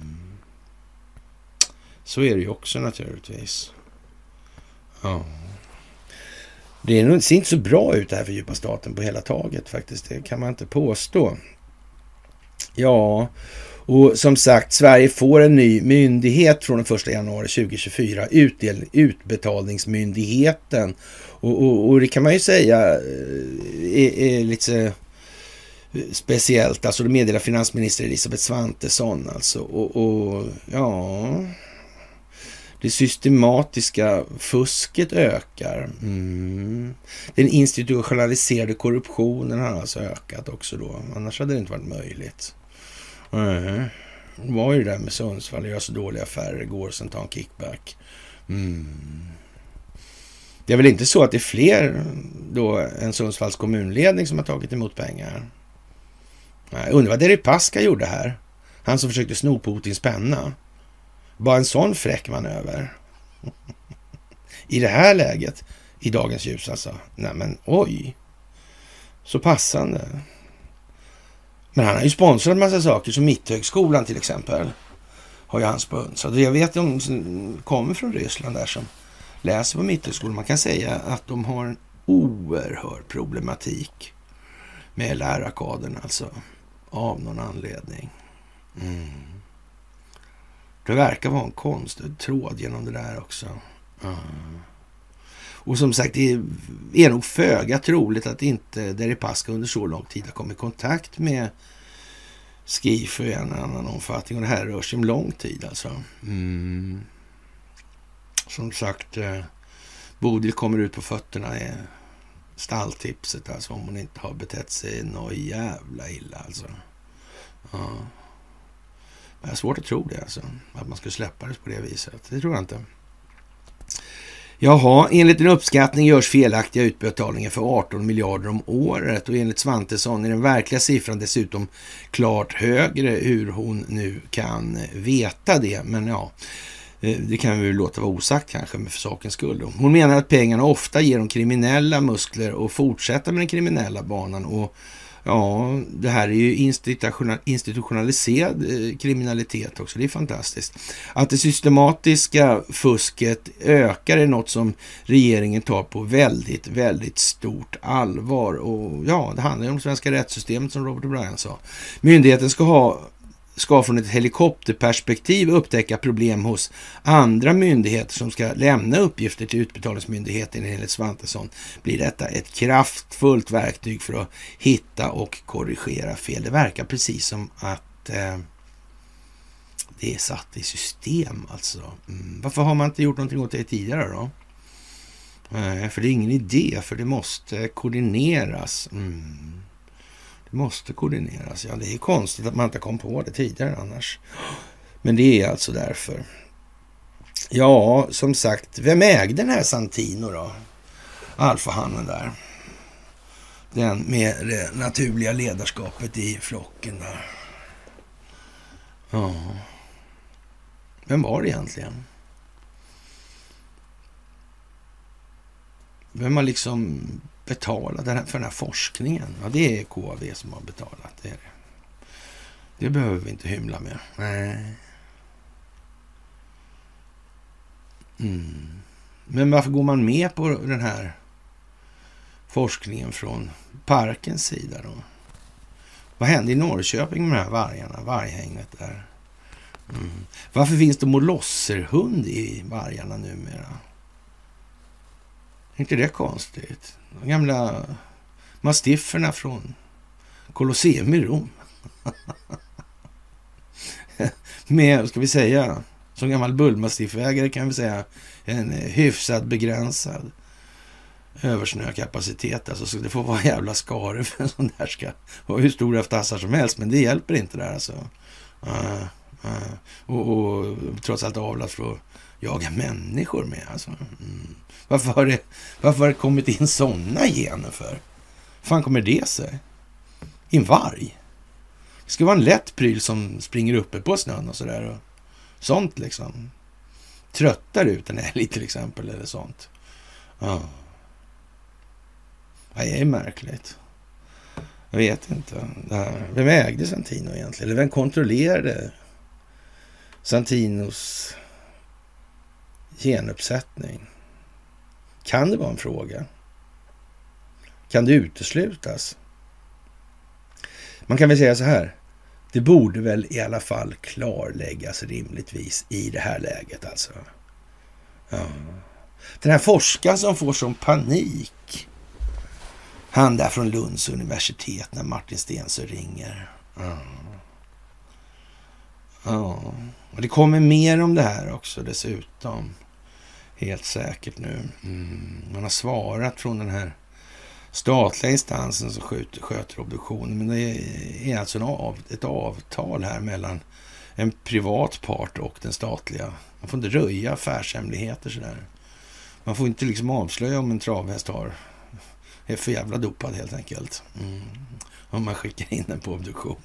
Så är det ju också naturligtvis. Ja. Det ser inte så bra ut här för djupa staten på hela taget faktiskt. Det kan man inte påstå. Ja, och som sagt, Sverige får en ny myndighet från den 1 januari 2024. Utbetalningsmyndigheten. Och det kan man ju säga är lite speciellt. Alltså det meddelar finansminister Elisabeth Svantesson alltså. Och ja... Det systematiska fusket ökar. Den institutionaliserade korruptionen har alltså ökat också då. Annars hade det inte varit möjligt. Det var ju det där med Sundsvall. Gör så dåliga affärer igår, sen ta en kickback. Det är väl inte så att det är fler då än Sundsvalls kommunledning som har tagit emot pengar. Jag undrar vad Deripaska gjorde här. Han som försökte sno Putins penna. Bara en sån fräck manöver. I det här läget, i dagens ljus alltså. Nej men oj. Så passande. Men han har ju sponsrat en massa saker, som Mitthögskolan till exempel. Har ju han sponsrat. Jag vet om som kommer från Ryssland där som läser på Mitthögskolan. Man kan säga att de har en oerhörd problematik med lärarkadern alltså. Av någon anledning. Det verkar vara en konstig tråd genom det där också. Och som sagt, det är nog föga troligt att inte Deripaska under så lång tid har kommit i kontakt med Skifu i en annan omfattning. Och det här rör sig om lång tid alltså. Som sagt, Bodil kommer ut på fötterna i stalltipset alltså, om hon inte har betett sig något jävla illa alltså. Ja. Men det är svårt att tro det alltså. Att man skulle släppa det på det viset. Det tror jag inte. Jaha, enligt en uppskattning görs felaktiga utbetalningar för 18 miljarder om året. Och enligt Svantesson är den verkliga siffran dessutom klart högre, hur hon nu kan veta det. Men ja, det kan vi ju låta vara osagt kanske med för sakens skull. Hon menar att pengarna ofta ger de kriminella muskler och fortsätter med den kriminella banan. Och ja, det här är ju institutionaliserad kriminalitet också. Det är fantastiskt. Att det systematiska fusket ökar är något som regeringen tar på väldigt, väldigt stort allvar. Och ja, det handlar ju om det svenska rättssystemet som Robert O'Brien sa. Myndigheten ska från ett helikopterperspektiv upptäcka problem hos andra myndigheter som ska lämna uppgifter till utbetalningsmyndigheten. Enligt Svantesson blir detta ett kraftfullt verktyg för att hitta och korrigera fel. Det verkar precis som att det är satt i system alltså. Varför har man inte gjort någonting åt det tidigare då? För det är ingen idé, för det måste koordineras. Det måste koordineras. Ja, det är konstigt att man inte kom på det tidigare annars. Men det är alltså därför. Ja, som sagt, vem ägde den här Santino då? Alfahannen där. Den med det naturliga ledarskapet i flocken där. Ja. Vem var det egentligen? Vem har liksom betalat för den här forskningen? Ja, det är KV som har betalat. Det är det. Det behöver vi inte hymla med. Nej. Men varför går man med på den här forskningen från parkens sida då? Vad hände i Norrköping med de här vargarna? Varghägnet där. Varför finns det molosserhund i vargarna numera? Är inte det konstigt? De gamla mastifferna från Colosseum i Rom. Med, ska vi säga, som gammal bullmastiffägare kan vi säga, en hyfsat begränsad översnökapacitet. Alltså, så det får vara jävla skare för en sån där ska vara hur stora tassar som helst, men det hjälper inte där alltså. Och trots allt avlat för att jaga människor med. Alltså. Varför har det kommit in sådana gener för? Fan kommer det sig? I en varg? Det ska vara en lätt pryl som springer uppe på snön och sådär. Och sånt liksom. Tröttar ut en älg till exempel eller sånt. Ja. Det är märkligt. Jag vet inte. Vem ägde Santino egentligen? Eller vem kontrollerade Santinos genuppsättning? Kan det vara en fråga? Kan det uteslutas? Man kan väl säga så här. Det borde väl i alla fall klarläggas rimligtvis i det här läget alltså. Ja. Den här forskaren som får sån panik. Han där från Lunds universitet när Martin Stensö ringer. Ja. Och det kommer mer om det här också dessutom. Helt säkert nu. Man har svarat från den här statliga instansen som sköter obduktionen. Men det är alltså ett avtal här mellan en privat part och den statliga. Man får inte röja affärshemligheter sådär. Man får inte liksom avslöja om en travhäst är för jävla dopad helt enkelt. Om man skickar in den på obduktion.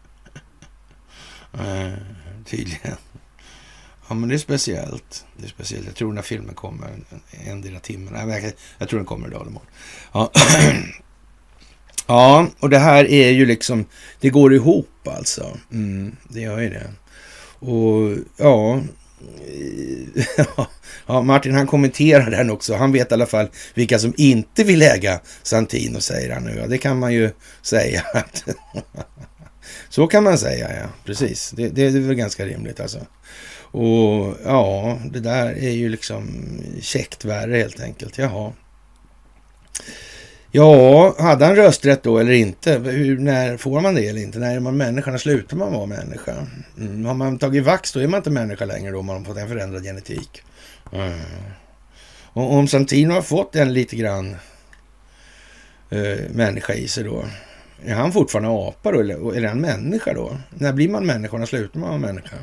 Tydligen. Ja, men det är speciellt. Jag tror när filmen kommer en timme. Jag tror den kommer idag eller imorgon. Ja. Ja, och det här är ju liksom, det går ihop alltså. Det gör ju det. Och ja, Martin han kommenterar den också. Han vet i alla fall vilka som inte vill äga Santino, säger han nu. Ja, det kan man ju säga. Så kan man säga, ja. Precis. Det är väl ganska rimligt alltså. Och ja, det där är ju liksom käckt värre helt enkelt. Jaha. Ja, hade han rösträtt då eller inte? När får man det eller inte? När är man människa? När slutar man vara människa? Har man tagit vax då är man inte människa längre då. Man har fått en förändrad genetik. Och om Santino har fått en lite grann människa i sig då. Är han fortfarande apa då? Eller är han människa då? När blir man människa? När slutar man vara människa?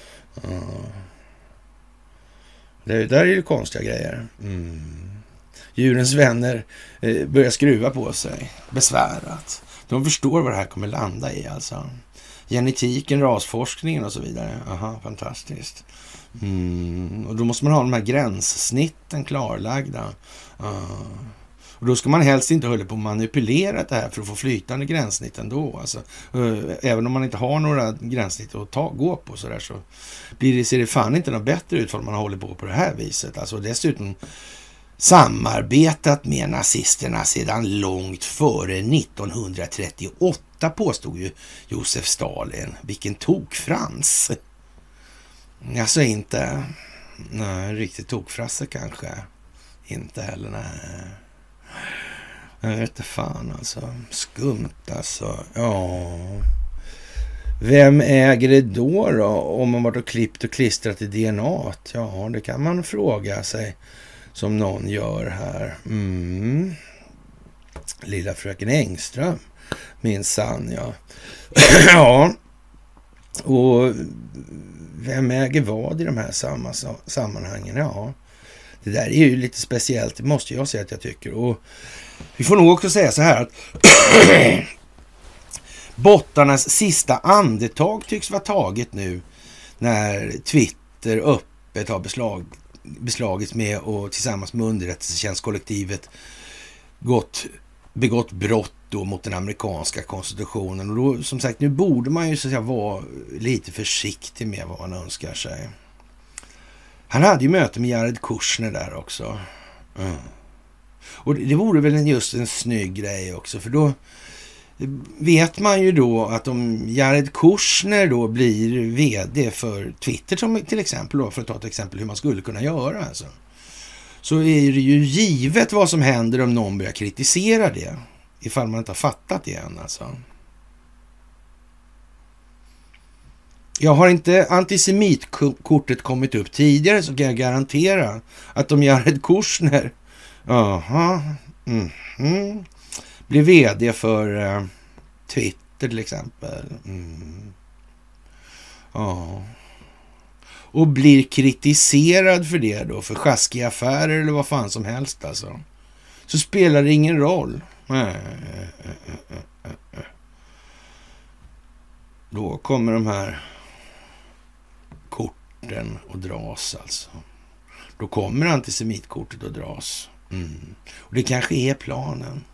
Det där är ju konstiga grejer. Djurens vänner börjar skruva på sig. Besvärat. De förstår vad det här kommer landa i alltså. Genetiken, rasforskningen och så vidare. Aha, fantastiskt. Och då måste man ha de här gränssnitten klarlagda. Och då ska man helst inte hålla på att manipulera det här för att få flytande gränssnitt ändå. Alltså, även om man inte har några gränssnitt att gå på så där, så ser det fan inte något bättre ut för att man håller på det här viset. Alltså dessutom samarbetat med nazisterna sedan långt före 1938 påstod ju Josef Stalin. Vilken tokfrans. Alltså inte riktigt tokfrasse kanske. Inte heller, nej. Jag vet inte fan alltså. Skumt alltså. Ja. Vem äger det då om man varit och klippt och klistrat i DNA? Ja, det kan man fråga sig. Som någon gör här. Lilla fröken Engström. Minsann, ja. Ja. Och vem äger vad i de här sammanhangen? Ja. Det där är ju lite speciellt. Det måste jag säga att jag tycker. Och vi får nog också säga så här att bottarnas sista andetag tycks vara taget nu när Twitter öppet har beslagits med och tillsammans med underrättelsetjänstkollektivet begått brott då mot den amerikanska konstitutionen. Och då, som sagt, nu borde man ju så att säga vara lite försiktig med vad man önskar sig. Han hade ju möte med Jared Kushner där också. Och det vore väl just en snygg grej också, för då vet man ju då att om Jared Kushner då blir vd för Twitter som till exempel då, för att ta ett exempel hur man skulle kunna göra alltså, så är det ju givet vad som händer om någon börjar kritisera det, ifall man inte har fattat det än alltså. Jag har inte antisemitkortet kommit upp tidigare, så kan jag garantera att om Jared Kushner blir vd för Twitter till exempel. Ja. och blir kritiserad för det då, för sjaskiga affärer eller vad fan som helst alltså, så spelar det ingen roll. Då kommer de här korten att dras alltså. Då kommer antisemitkortet att dras. Och det kanske är planen.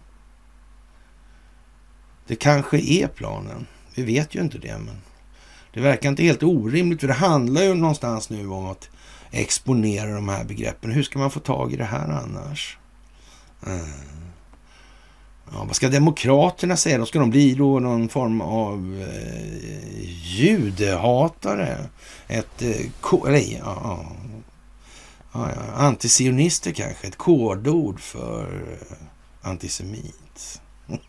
Det kanske är planen. Vi vet ju inte det, men det verkar inte helt orimligt, för det handlar ju någonstans nu om att exponera de här begreppen. Hur ska man få tag i det här annars? Ja, vad ska demokraterna säga? Då ska de bli då någon form av judehatare? Antisionister kanske? Ett kodord för antisemit.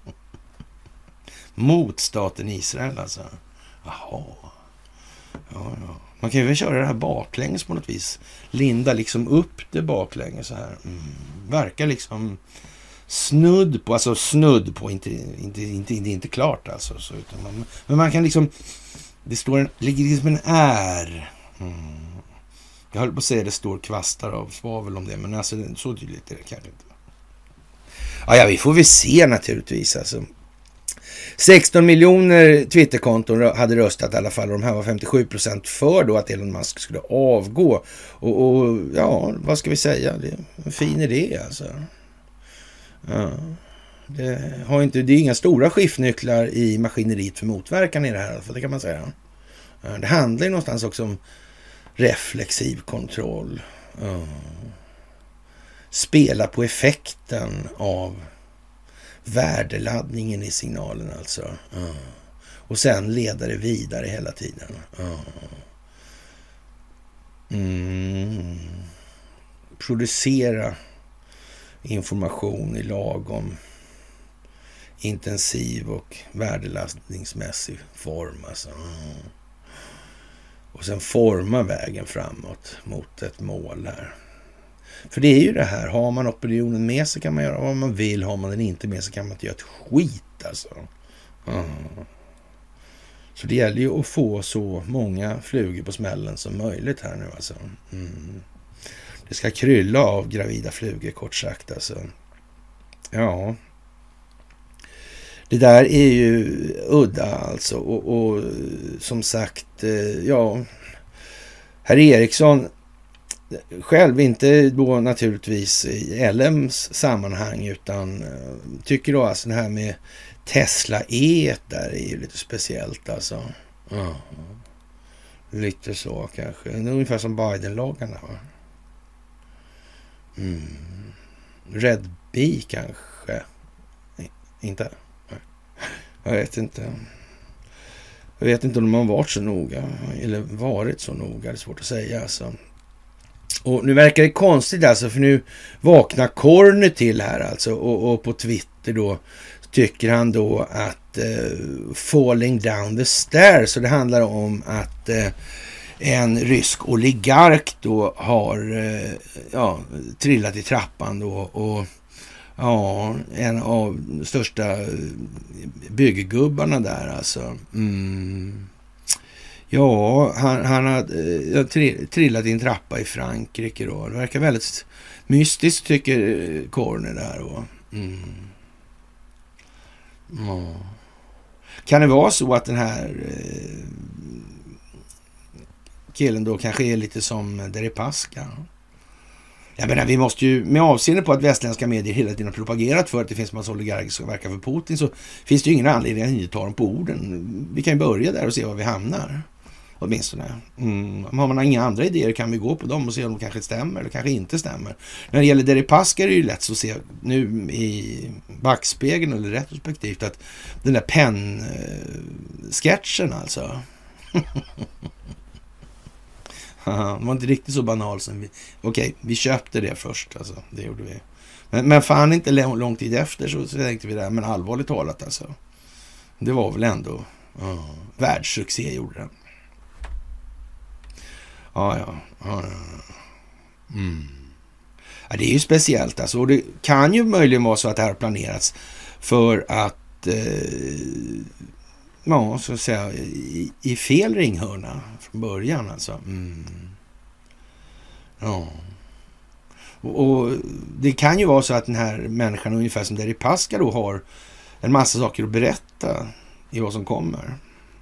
Mot staten Israel alltså. Jaha. Ja. Man kan ju väl köra det här baklänges på något vis. Linda liksom upp det baklänges så här. Verkar liksom snudd på, inte klart alltså. Så, men man kan liksom, ligger liksom en är. Jag höll på att säga det står kvastar av svavel om det, men alltså så tydligt är det kanske inte. Ja, vi får väl se naturligtvis alltså. 16 miljoner Twitterkonton hade röstat i alla fall, och de här var 57% för då att Elon Musk skulle avgå. Och ja, vad ska vi säga? Det är en fin idé alltså. Ja, det är inga stora skiftnycklar i maskineriet för motverkan i det här, för det kan man säga. Det handlar ju någonstans också om reflexiv kontroll. Spela på effekten av värdeladdningen i signalen alltså. Och sen leda det vidare hela tiden. Producera information i lagom intensiv och värdeladdningsmässig form alltså. Och sen forma vägen framåt mot ett mål här. För det är ju det här, har man opinionen med sig kan man göra vad man vill, har man den inte med sig kan man inte göra ett skit alltså. Så det gäller ju att få så många flugor på smällen som möjligt här nu alltså. Det ska krylla av gravida flugor kort sagt alltså. Ja. Det där är ju udda alltså, och som sagt, ja, herr Eriksson själv, inte då naturligtvis i LMs sammanhang, utan tycker då alltså det här med Tesla där är ju lite speciellt alltså. Lite så kanske. Det är ungefär som Biden-lagarna va? Red Bee kanske. Inte? Jag vet inte. Jag vet inte om de har varit så noga. Eller varit så noga. Det är svårt att säga alltså. Och nu verkar det konstigt alltså, för nu vaknar Corner till här alltså, och på Twitter då tycker han då att falling down the stairs, så det handlar om att en rysk oligark då har trillat i trappan då, och ja, en av de största bygggubbarna där alltså. Ja, han har trillat i en trappa i Frankrike då. Det verkar väldigt mystiskt tycker Corner där då. Ja. Kan det vara så att den här killen då kanske är lite som Deripaska? Jag menar, vi måste ju, med avseende på att västländska medier hela tiden har propagerat för att det finns en massa oligarker som verkar för Putin, så finns det ju ingen anledning att inte ta dem på orden. Vi kan ju börja där och se var vi hamnar. Åtminstone. Har man inga andra idéer kan vi gå på dem och se om de kanske stämmer eller kanske inte stämmer. När det gäller Deripaska är det ju lätt att se nu i backspegeln eller retrospektivt att den där sketchen alltså. Det var inte riktigt så banal som vi köpte det först alltså, det gjorde vi. Men fan inte lång tid efter så tänkte vi där, men allvarligt talat alltså. Det var väl ändå världssuccé gjorde den. Ja, det är ju speciellt alltså, och det kan ju möjligen vara så att det här har planerats för att så att säga i fel ringhörna från början alltså. Ja. Och det kan ju vara så att den här människan, ungefär som Deripaska då, har en massa saker att berätta i vad som kommer.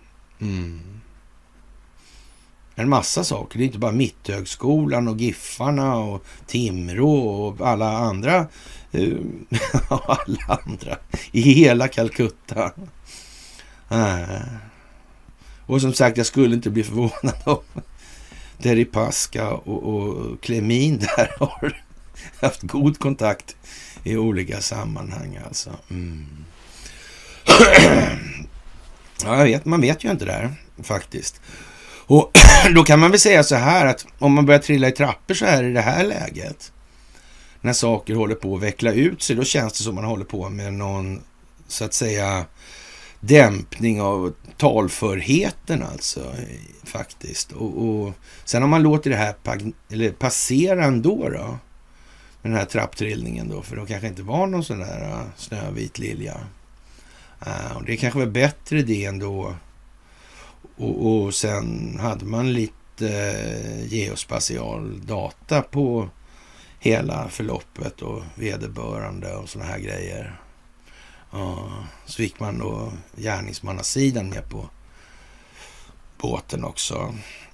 En massa saker. Det är inte bara Mitthögskolan och Giffarna och Timrå och alla andra i hela Calcutta. Och som sagt, jag skulle inte bli förvånad om Deripaska och Klemin där har haft god kontakt i olika sammanhang alltså. Ja, man vet ju inte det här faktiskt. Och då kan man väl säga så här att om man börjar trilla i trappor så här i det här läget, när saker håller på att veckla ut sig, då känns det som man håller på med någon, så att säga, dämpning av talförheten alltså faktiskt. Och sen om man låter det här passera ändå då, med den här trapptrillningen då, för då kanske inte var någon sån där snövit lilja. Och det kanske var bättre det ändå. Och sen hade man lite geospatial data på hela förloppet och vederbörande och såna här grejer. Så fick man då gärningsmannasidan med på båten också.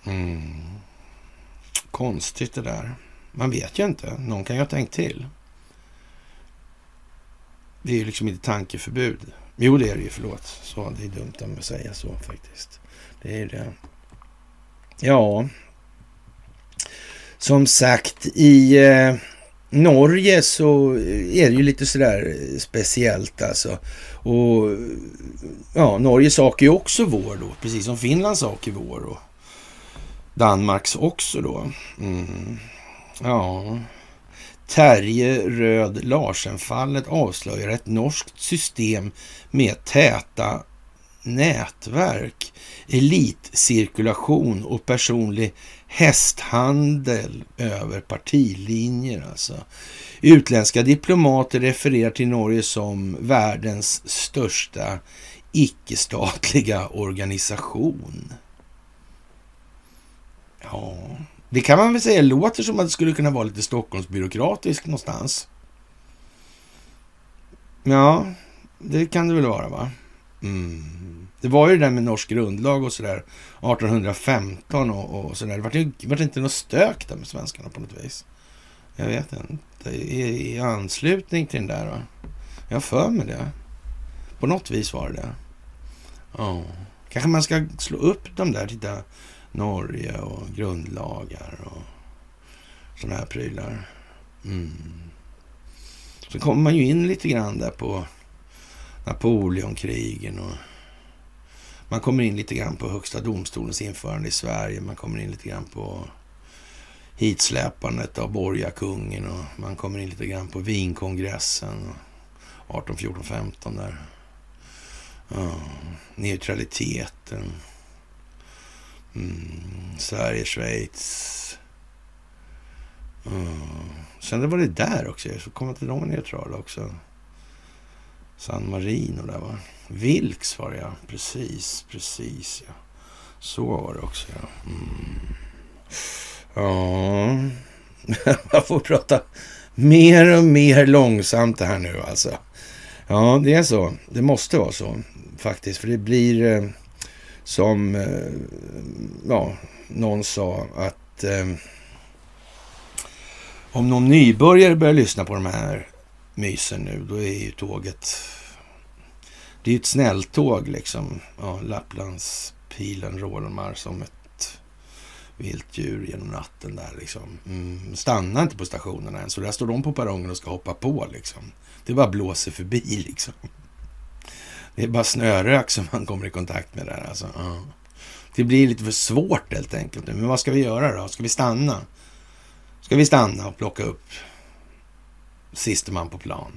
Konstigt det där. Man vet ju inte. Någon kan ju ha tänkt till. Det är ju liksom inte tankeförbud. Jo, det är det ju, förlåt. Så det är dumt om jag säger så faktiskt. Det är det. Ja. Som sagt, i Norge så är det ju lite sådär speciellt alltså. Och ja, Norges sak är ju också vår då, precis som Finlands sak är vår och Danmarks också då. Ja. Terje Röd Larsen-fallet avslöjar ett norskt system med täta nätverk, elitcirkulation och personlig hästhandel över partilinjer alltså. Utländska diplomater refererar till Norge som världens största icke-statliga organisation. Ja, det kan man väl säga låter som att det skulle kunna vara lite Stockholmsbyråkratiskt någonstans. Ja, det kan det väl vara, va? Det var ju det där med norsk grundlag och sådär 1815 och sådär. Det var inte något stök där med svenskarna på något vis. Jag vet inte. I anslutning till den där, va? Jag för mig det. På något vis var det. Ja. Kanske man ska slå upp dem där, titta Norge och grundlagar och sådana här prylar. Så kommer man ju in lite grann där på Napoleonkrigen och man kommer in lite grann på högsta domstolens införande i Sverige. Man kommer in lite grann på hitsläpandet av borgarkungen och man kommer in lite grann på Wienkongressen 18, 14, 15 där. Neutraliteten. Sverige, Schweiz. Sen det var det där också. Så kom att de var neutrala också. San Marino där, va? Vilks var det, ja. Precis, ja. Så var det också, ja. Ja. Jag får prata mer och mer långsamt det här nu, alltså. Ja, det är så. Det måste vara så, faktiskt. För det blir som någon sa att om någon nybörjare börjar lyssna på de här mysen nu, då är ju tåget, det är ju ett snälltåg liksom. Ja, Lapplandspilen rålmar som ett vilt djur genom natten där liksom. Stannar inte på stationerna än, så där står de på perrongen och ska hoppa på liksom. Det bara blåser förbi liksom. Det är bara snörök som man kommer i kontakt med där alltså. Det blir lite för svårt helt enkelt. Men vad ska vi göra då? Ska vi stanna? Ska vi stanna och plocka upp siste man på plan?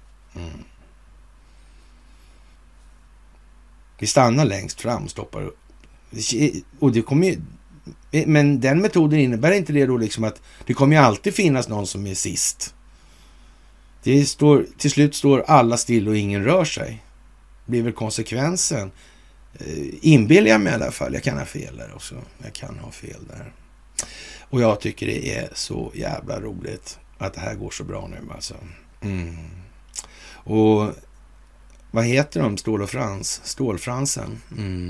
Vi stannar längst fram och stoppar upp. Och det kommer ju, men den metoden innebär inte det då liksom att det kommer ju alltid finnas någon som är sist. Till slut står alla still och ingen rör sig. Det blir väl konsekvensen. Inbillar jag mig i alla fall. Jag kan ha fel där också. Jag kan ha fel där. Och jag tycker det är så jävla roligt att det här går så bra nu alltså. Och vad heter de? Stålfransen.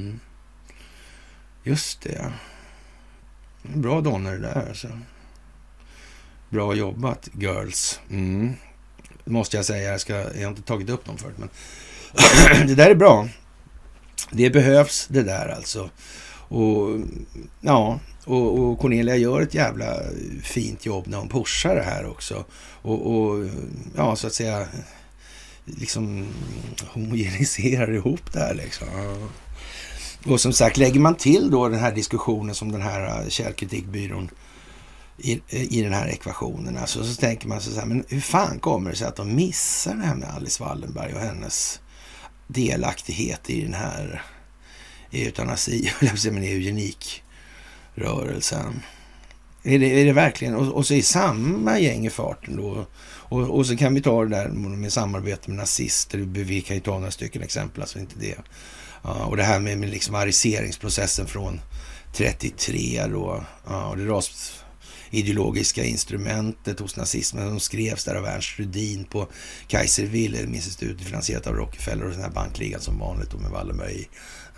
Just det. Bra donner det där alltså. Bra jobbat, girls. Måste jag säga. Jag har inte tagit upp dem förut, men det där är bra. Det behövs det där alltså. Och ja, och Cornelia gör ett jävla fint jobb när hon pushar det här också. Och ja, så att säga liksom homogeniserar ihop det här liksom. Och som sagt, lägger man till då den här diskussionen som den här källkritikbyrån i den här ekvationen, alltså, så tänker man så här, men hur fan kommer det sig att de missar det här med Alice Wallenberg och hennes delaktighet i den här eutanasi, men eugenikrörelsen? Är det verkligen, och så är samma gäng i farten då, och så kan vi ta det där med samarbete med nazister, vi kan ju ta några stycken exempel, alltså inte det. Ja, och det här med liksom ariseringsprocessen från 33 då, ja, och det rasideologiska instrumentet hos nazismen som skrevs där av Ernst Rudin på Kaiser Wilhelm-institutet, finansierat av Rockefeller och den här bankligan som vanligt och med Wallenberg.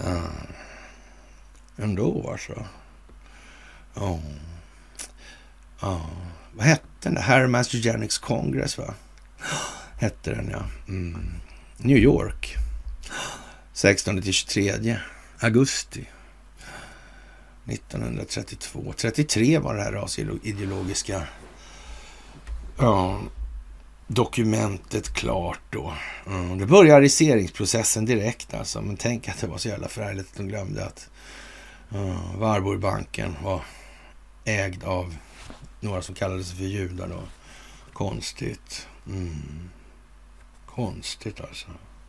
Ändå alltså. Vad hette den där? Hermans Eugenics Congress, va? Hette den, ja. New York. 16-23 augusti 1932. 33 var det här rasideologiska dokumentet klart då. Det börjar ariseringsprocessen direkt alltså. Men tänk att det var så jävla förärligt att de glömde att Warburgbanken var ägd av några som kallades för judar då. Konstigt. Konstigt alltså.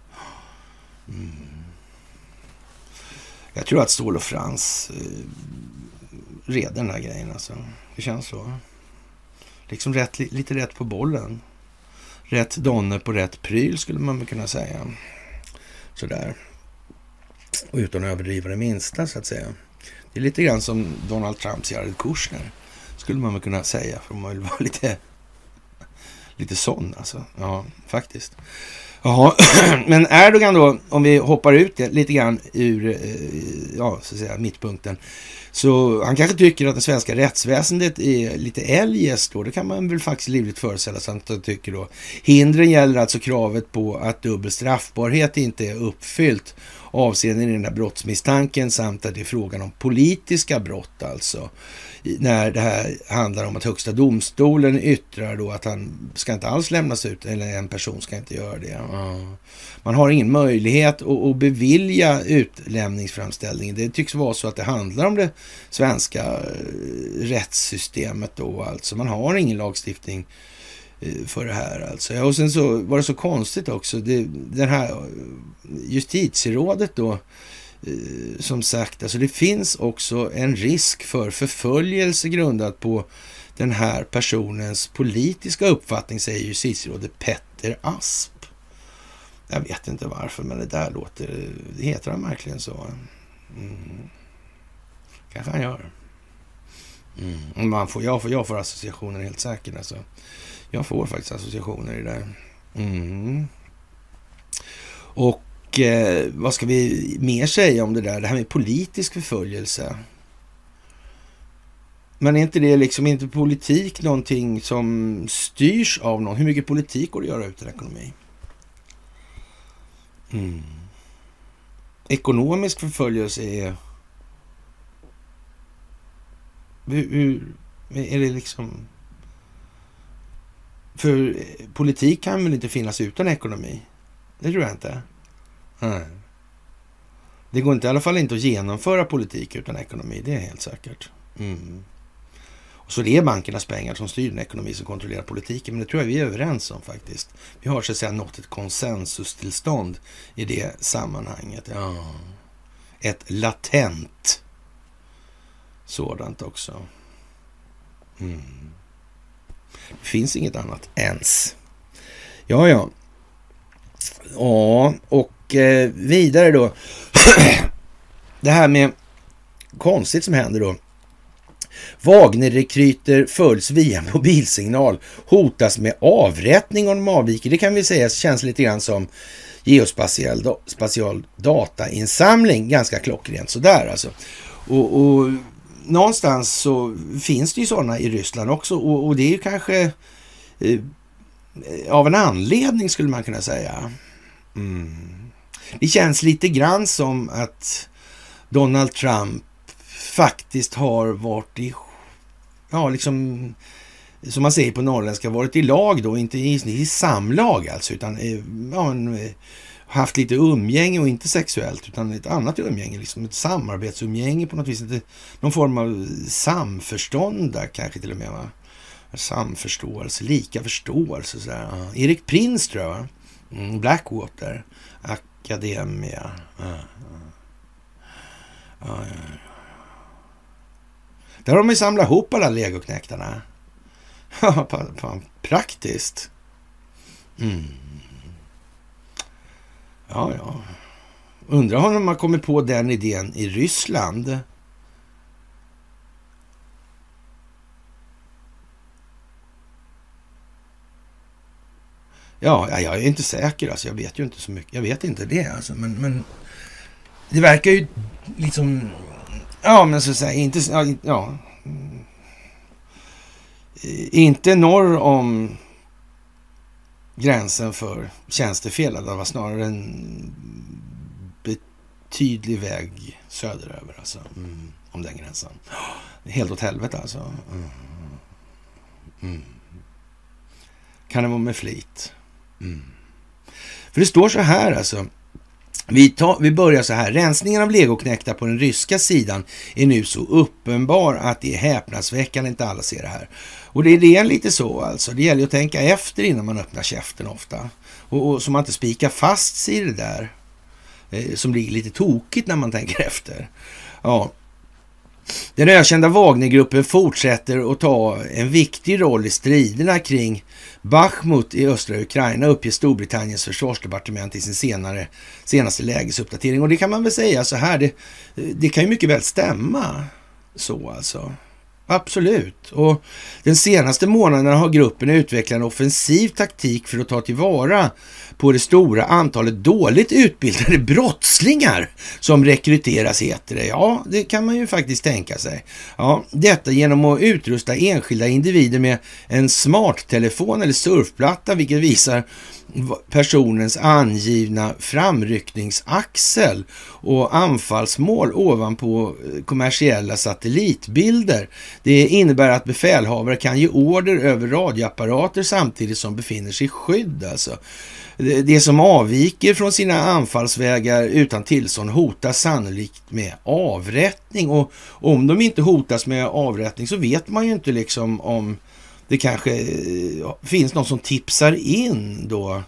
Jag tror att Ståhl och Frans red den här grejen alltså. Det känns så. Liksom lite rätt på bollen. Rätt donner på rätt pryl skulle man väl kunna säga. Sådär. Och utan att överdriva det minsta så att säga. Det är lite grann som Donald Trumps Jared Kushner. Skulle man väl kunna säga. För man vill vara lite sån alltså. Ja, faktiskt. Ja, men Erdogan då, om vi hoppar ut lite grann ur så att säga, mittpunkten, så han kanske tycker att det svenska rättsväsendet är lite eljest då. Det kan man väl faktiskt livligt föreställa sig att han tycker då. Hindren gäller alltså kravet på att dubbel straffbarhet inte är uppfyllt avseende i den här brottsmisstanken samt att det är frågan om politiska brott alltså. När det här handlar om att högsta domstolen yttrar då att han ska inte alls lämnas ut, eller en person ska inte göra det. Man har ingen möjlighet att bevilja utlämningsframställningen. Det tycks vara så att det handlar om det svenska rättssystemet då alltså. Man har ingen lagstiftning för det här alltså. Ja, och sen så var det så konstigt också. Den här justitierådet då, som sagt, alltså det finns också en risk för förföljelse grundat på den här personens politiska uppfattning, säger justitierådet Petter Asp. Jag vet inte varför, men det där låter, det heter han verkligen så. Kanske han gör. Jag får associationer helt säkert alltså. Jag får faktiskt associationer i det. Och vad ska vi mer säga om det där? Det här med politisk förföljelse. Men är inte det liksom inte politik någonting som styrs av någon? Hur mycket politik går det att göra ut i en ekonomi? Ekonomisk förföljelse är... Hur är det liksom... För politik kan väl inte finnas utan ekonomi? Det tror jag inte. Nej. Det går inte, i alla fall inte att genomföra politik utan ekonomi, det är helt säkert. Och så det är bankernas pengar som styr den ekonomi som kontrollerar politiken, men det tror jag vi är överens om faktiskt. Vi har så att säga nått ett konsensustillstånd i det sammanhanget. Ja. Ett latent sådant också. Det finns inget annat ens. Ja, och vidare då. Det här med konstigt som händer då. Wagner-rekryter följs via mobilsignal, hotas med avrättning om de avviker. Det kan vi säga känns lite grann som geospatial datainsamling, ganska klockrent sådär alltså. Och någonstans så finns det ju sådana i Ryssland också, och det är ju kanske av en anledning skulle man kunna säga. Det känns lite grann som att Donald Trump faktiskt har varit i, ja liksom som man säger på norrländska, varit i lag då, inte i samlag alltså, utan haft lite umgänge, och inte sexuellt utan ett annat umgänge, liksom ett samarbetsumgänge på något vis, någon form av samförstånd där kanske till och med, va? Samförståelse, lika förståelse så där. Erik Prince tror jag, Blackwater Academia. Där har de ju samlat ihop alla legoknäktarna. Praktiskt. Ja. Undrar om de har kommit på den idén i Ryssland. Ja, jag är inte säker alltså. Jag vet ju inte så mycket. Jag vet inte det alltså. Men det verkar ju liksom, ja men så att säga, inte norr om gränsen för tjänstefel. Det var snarare en betydlig väg söderöver alltså, om den gränsen. Helt åt helvete alltså. Kan det vara med flit? För det står så här alltså. Vi börjar så här. Rensningen av legoknäktar på den ryska sidan är nu så uppenbar att det är häpnadsväckande, inte alla ser det här. Och det är lite så alltså. Det gäller att tänka efter innan man öppnar käften ofta. Och så man inte spikar fast sig i det där som blir lite tokigt när man tänker efter. Ja. Den ökända Wagnergruppen fortsätter att ta en viktig roll i striderna kring Bachmut i östra Ukraina, uppger Storbritanniens försvarsdepartement i sin senaste lägesuppdatering. Och det kan man väl säga så här, det kan ju mycket väl stämma så alltså. Absolut. Och den senaste månaden har gruppen utvecklat en offensiv taktik för att ta tillvara på det stora antalet dåligt utbildade brottslingar som rekryteras, heter det. Ja, det kan man ju faktiskt tänka sig. Ja, detta genom att utrusta enskilda individer med en smarttelefon eller surfplatta, vilket visar personens angivna framryckningsaxel och anfallsmål ovanpå kommersiella satellitbilder. Det innebär att befälhavare kan ge order över radioapparater samtidigt som befinner sig i skydd alltså. Det som avviker från sina anfallsvägar utan tillstånd hotas sannolikt med avrättning, och om de inte hotas med avrättning så vet man ju inte liksom om det kanske finns någon som tipsar in då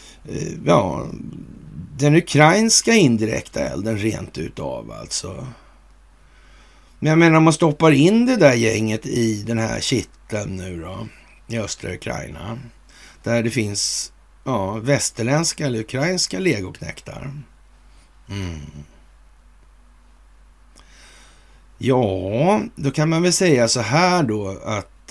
den ukrainska indirekta elden rent utav alltså. Men jag menar, om man stoppar in det där gänget i den här kitteln nu då i östra Ukraina, där det finns västerländska eller ukrainska legoknäktar. Ja, då kan man väl säga så här då att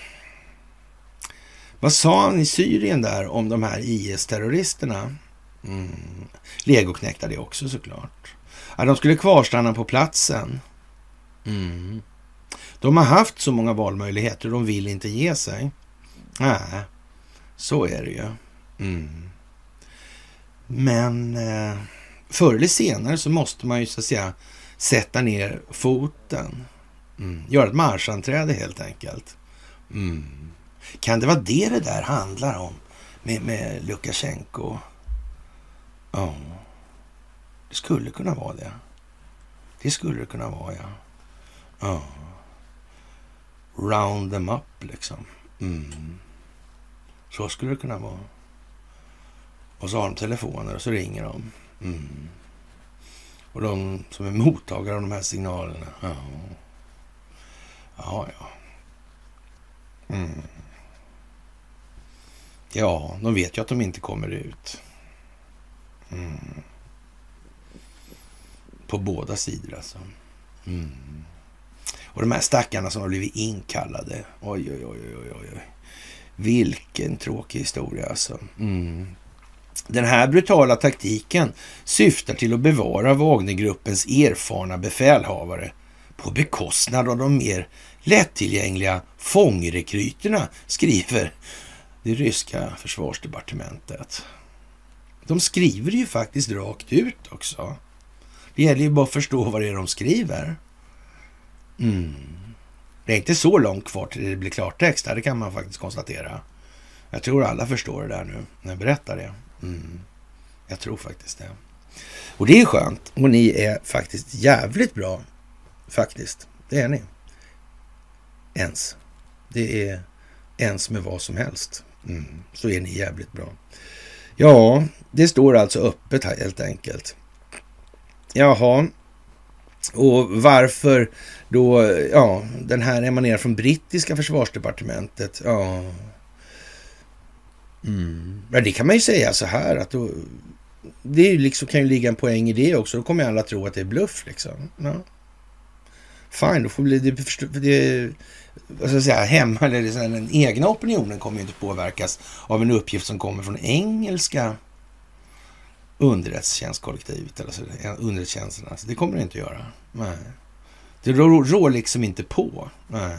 vad sa han i Syrien där om de här IS-terroristerna? Legoknäktar det också såklart. Ja, de skulle kvarstanna på platsen. De har haft så många valmöjligheter och de vill inte ge sig. Nej, så är det ju. Men förr eller senare så måste man ju så att säga sätta ner foten. Göra ett marschanträde helt enkelt. Kan det vara det där handlar om med Lukasjenko? Ja, det skulle kunna vara det. Det skulle det kunna vara, ja. Ja. Round them up liksom. Så skulle det kunna vara. Och så har de telefoner och så ringer de. Och de som är mottagare av de här signalerna. Ja. Ja, de vet ju att de inte kommer ut. På båda sidor alltså. Och de här stackarna som har blivit inkallade. Oj. Vilken tråkig historia alltså. Den här brutala taktiken syftar till att bevara Wagnergruppens erfarna befälhavare på bekostnad av de mer lättillgängliga fångrekryterna, skriver det ryska försvarsdepartementet. De skriver ju faktiskt rakt ut också. Det gäller ju bara att förstå vad det är de skriver. Det är inte så långt kvar till det blir klartext. Det kan man faktiskt konstatera. Jag tror alla förstår det där nu när jag berättar det. Jag tror faktiskt det. Och det är skönt. Och ni är faktiskt jävligt bra. Faktiskt. Det är ni. Ens. Det är ens med vad som helst. Så är ni jävligt bra. Ja, det står alltså öppet här helt enkelt. Jaha. Och varför då, den här emanerar från brittiska försvarsdepartementet. Ja, det kan man ju säga så här att då, det är ju liksom, kan ju ligga en poäng i det också. Då kommer alla tro att det är bluff liksom. Ja. Fine, då får det vad ska jag säga, hemma eller så här, den egna opinionen kommer ju inte påverkas av en uppgift som kommer från engelska underrättelsetjänstkollektivet eller så, underrättelsetjänsterna. Alltså, det kommer det inte att göra. Nej. Det rår liksom inte på. Nej.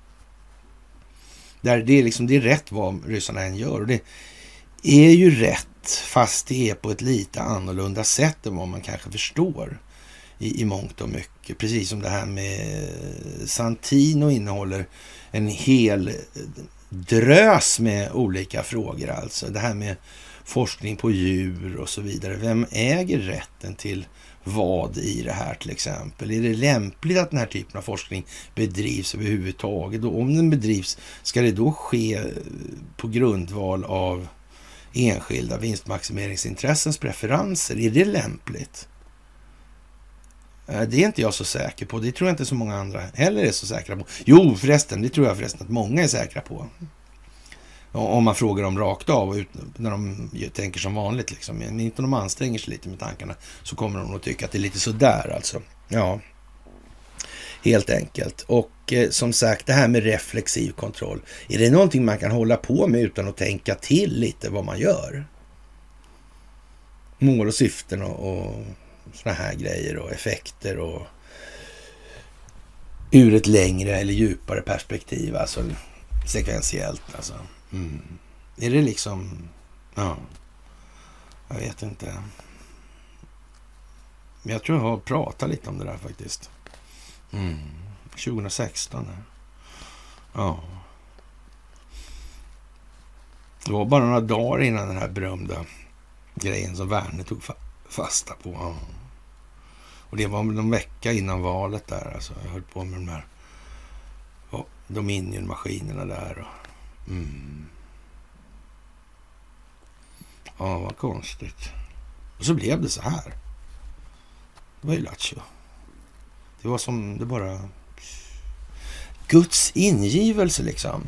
Det är liksom, det är rätt vad ryssarna än gör. Och det är ju rätt, fast det är på ett lite annorlunda sätt än vad man kanske förstår i mångt och mycket. Precis som det här med Santino innehåller en hel drös med olika frågor. Alltså det här med forskning på djur och så vidare. Vem äger rätten till vad i det här till exempel? Är det lämpligt att den här typen av forskning bedrivs överhuvudtaget? Och om den bedrivs, ska det då ske på grundval av enskilda vinstmaximeringsintressens preferenser? Är det lämpligt? Det är inte jag så säker på. Det tror jag inte så många andra heller är så säkra på. Jo, förresten, det tror jag förresten att många är säkra på. Om man frågar dem rakt av när de tänker som vanligt liksom. Men inte om de anstränger sig lite med tankarna så kommer de att tycka att det är lite sådär alltså. Ja, helt enkelt. Och som sagt, det här med reflexiv kontroll. Är det någonting man kan hålla på med utan att tänka till lite vad man gör? Mål och syften och såna här grejer och effekter och ur ett längre eller djupare perspektiv, alltså sekventiellt alltså. Är det liksom, ja, jag vet inte. Men jag tror jag har pratat lite om det där faktiskt. 2016. Ja. Det var bara några dagar innan den här berömda grejen som Werner tog fasta på. Ja. Och det var en vecka innan valet där. Alltså, jag höll på med de här Dominion-maskinerna där. Och, ja, vad konstigt. Och så blev det så här. Det var ju lattjo. Det var som det bara Guds ingivelse liksom.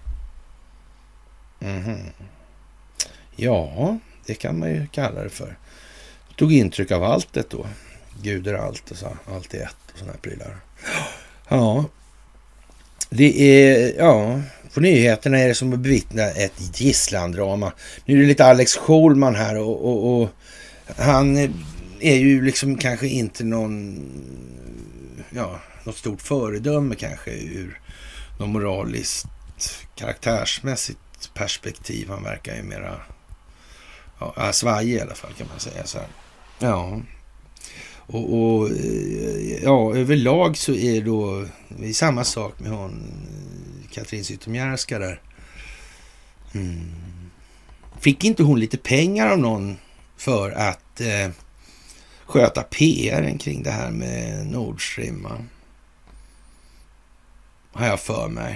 Ja, det kan man ju kalla det för. Tog intryck av allt det då. Gud är allt och så, allt är ett och såna här prylar. Ja, det är, ja, på nyheterna är det som att bevittna ett gisslandrama. Nu är det lite Alex Schulman här och han är ju liksom kanske inte något stort föredöme kanske ur något moraliskt karaktärsmässigt perspektiv. Han verkar ju mera svajig i alla fall kan man säga så här. Ja. Och överlag så är det då samma sak med hon Katrin Zytomierska där. Fick inte hon lite pengar av någon för att sköta PR:en kring det här med Nord Stream? Har jag för mig.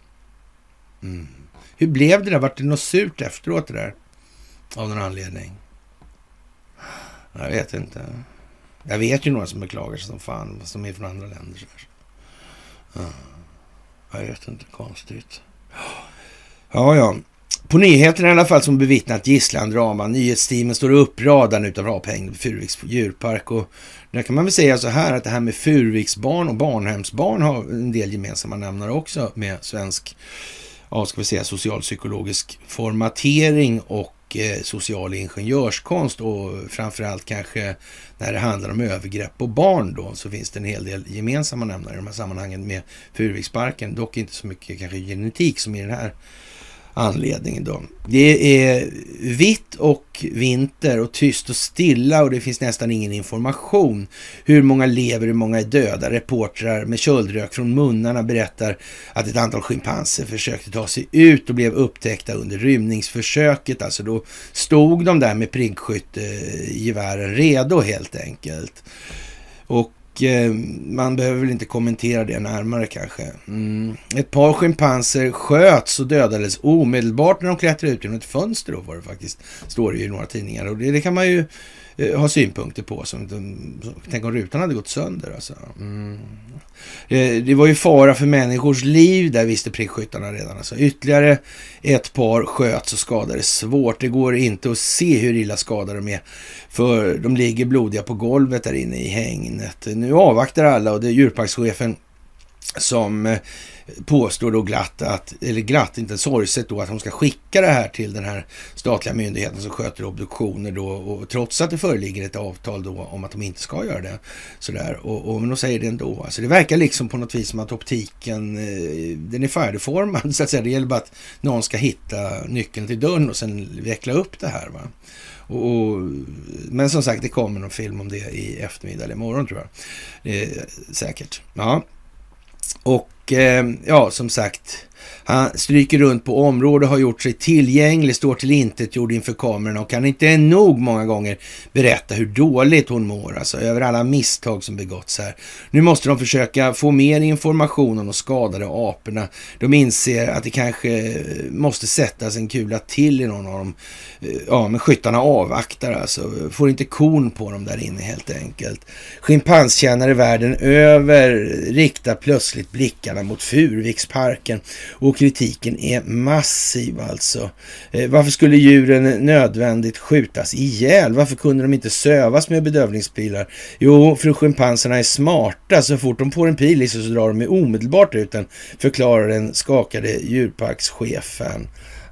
Hur blev det där? Vart det något surt efteråt det där? Av någon anledning? Jag vet inte. Jag vet ju några som beklagar sig som fan, som är från andra länder. Jag vet inte, konstigt. Ja. På nyheterna i alla fall som bevittnat gisslandrama. Nyhetsteamen står uppradande utav avhängd på Furuviks djurpark. Och där kan man väl säga så här att det här med Furuviksbarn och barnhemsbarn har en del gemensamma nämnare också med svensk, ja, ska vi säga, socialpsykologisk formatering och social ingenjörskonst, och framförallt kanske när det handlar om övergrepp på barn då, så finns det en hel del gemensamma nämnare i de här sammanhangen med Furuviksparken, dock inte så mycket kanske genetik som i den här anledningen då. Det är vitt och vinter och tyst och stilla, och det finns nästan ingen information. Hur många lever, hur många är döda? Reportrar med köldrök från munnarna berättar att ett antal schimpanser försökte ta sig ut och blev upptäckta under rymningsförsöket. Alltså då stod de där med prickskyttegevären redo helt enkelt. Och man behöver väl inte kommentera det närmare kanske. Ett par schimpanser sköts och dödades omedelbart när de klättrade ut genom ett fönster då, var det faktiskt, står det i några tidningar, och det kan man ju ha synpunkter på. Tänk om rutan hade gått sönder alltså. Det var ju fara för människors liv, där visste prickskyttarna redan alltså. Ytterligare ett par sköts och skadades svårt. Det går inte att se hur illa skadade de är, för de ligger blodiga på golvet där inne i hängnet. Nu avvaktar alla, och det är djurparkschefen som påstår då glatt, inte sorgset då, att de ska skicka det här till den här statliga myndigheten som sköter obduktioner då, och trots att det föreligger ett avtal då om att de inte ska göra det sådär, men de säger det ändå. Alltså det verkar liksom på något vis som att optiken den är färdigformad så att säga. Det gäller bara att någon ska hitta nyckeln till dörren och sen veckla upp det här, va. Men som sagt, det kommer någon film om det i eftermiddag eller imorgon tror jag. Säkert. Ja. Och ja, som sagt, han stryker runt på området, har gjort sig tillgänglig, står till intetgjord inför kameran och kan inte nog många gånger berätta hur dåligt hon mår, alltså över alla misstag som begåtts här. Nu måste de försöka få mer information om de skadade aporna. De inser att det kanske måste sättas en kula till i någon av dem. Ja, men skyttarna avvaktar alltså. Får inte kon på dem där inne helt enkelt. Schimpanskännare världen över riktar plötsligt blickarna mot Furuviksparken, och kritiken är massiv alltså. Varför skulle djuren nödvändigt skjutas ihjäl? Varför kunde de inte sövas med bedövningspilar? Jo, för schimpanserna är smarta. Så fort de får en pil så drar de omedelbart ut den, förklarar den skakade djurparkschefen.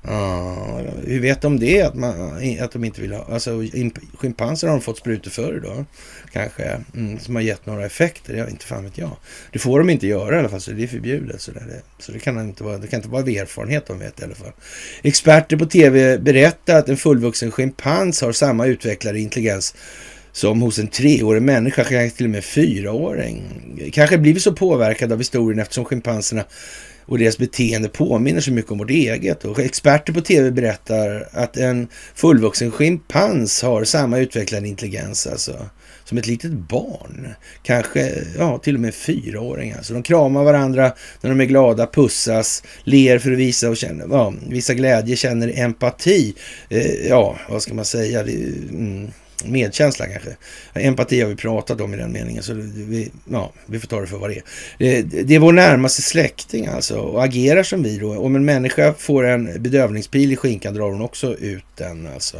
Hur vet de det? Att de inte vill ha, alltså schimpanser har de fått sprutor förr då kanske, som har gett några effekter. Jag inte fan vet jag. Det får de inte göra i alla fall, så det är förbjudet så det kan inte vara av erfarenhet de vet i alla fall. Experter på tv berättar att en fullvuxen schimpans har samma utvecklade intelligens som hos en 3-årig människa, kanske till och med 4-åring. Kanske blivit så påverkad av historien eftersom schimpanserna och deras beteende påminner så mycket om vårt eget. Och experter på tv berättar att en fullvuxen schimpans har samma utvecklad intelligens alltså, som ett litet barn. Kanske till och med 4-åringar. Alltså, de kramar varandra när de är glada, pussas, ler för att visa och känna, visa glädje, känner empati. Vad ska man säga? Medkänsla kanske. Empati har vi pratat om i den meningen, så vi får ta det för vad det är. Det är vår närmaste släkting alltså, och agerar som vi då. Om en människa får en bedövningspil i skinkan drar hon också ut den alltså.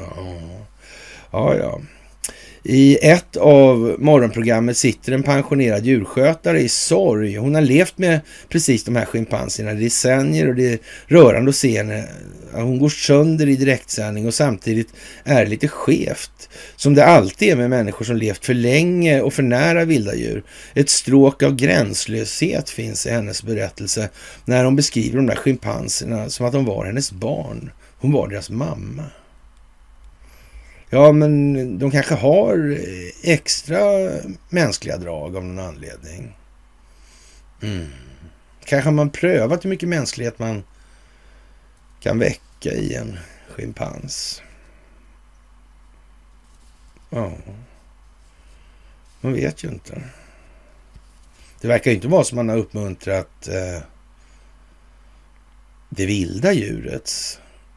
Ja. I ett av morgonprogrammet sitter en pensionerad djurskötare i sorg. Hon har levt med precis de här schimpanserna i decennier, och det är rörande att se henne. Hon går sönder i direktsändning, och samtidigt är det lite skevt. Som det alltid är med människor som levt för länge och för nära vilda djur. Ett stråk av gränslöshet finns i hennes berättelse när hon beskriver de där schimpanserna som att de var hennes barn. Hon var deras mamma. Ja, men de kanske har extra mänskliga drag av någon anledning. Kanske har man prövat hur mycket mänsklighet man kan väcka i en schimpans. Ja, man vet ju inte. Det verkar ju inte vara som man har uppmuntrat det vilda djurets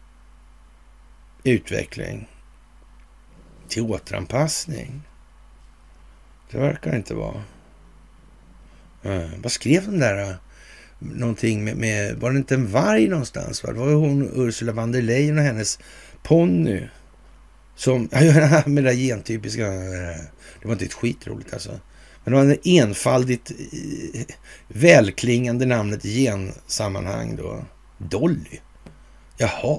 utveckling till återanpassning. Det verkar inte vara. Vad skrev den där någonting med var det inte en varg någonstans? Va? Det var ju hon Ursula von der Leyen och hennes ponny som, med det där gentypiska, det var inte ett skitroligt alltså. Men det var en enfaldigt välklingande namnet i gensammanhang då. Dolly. Jaha.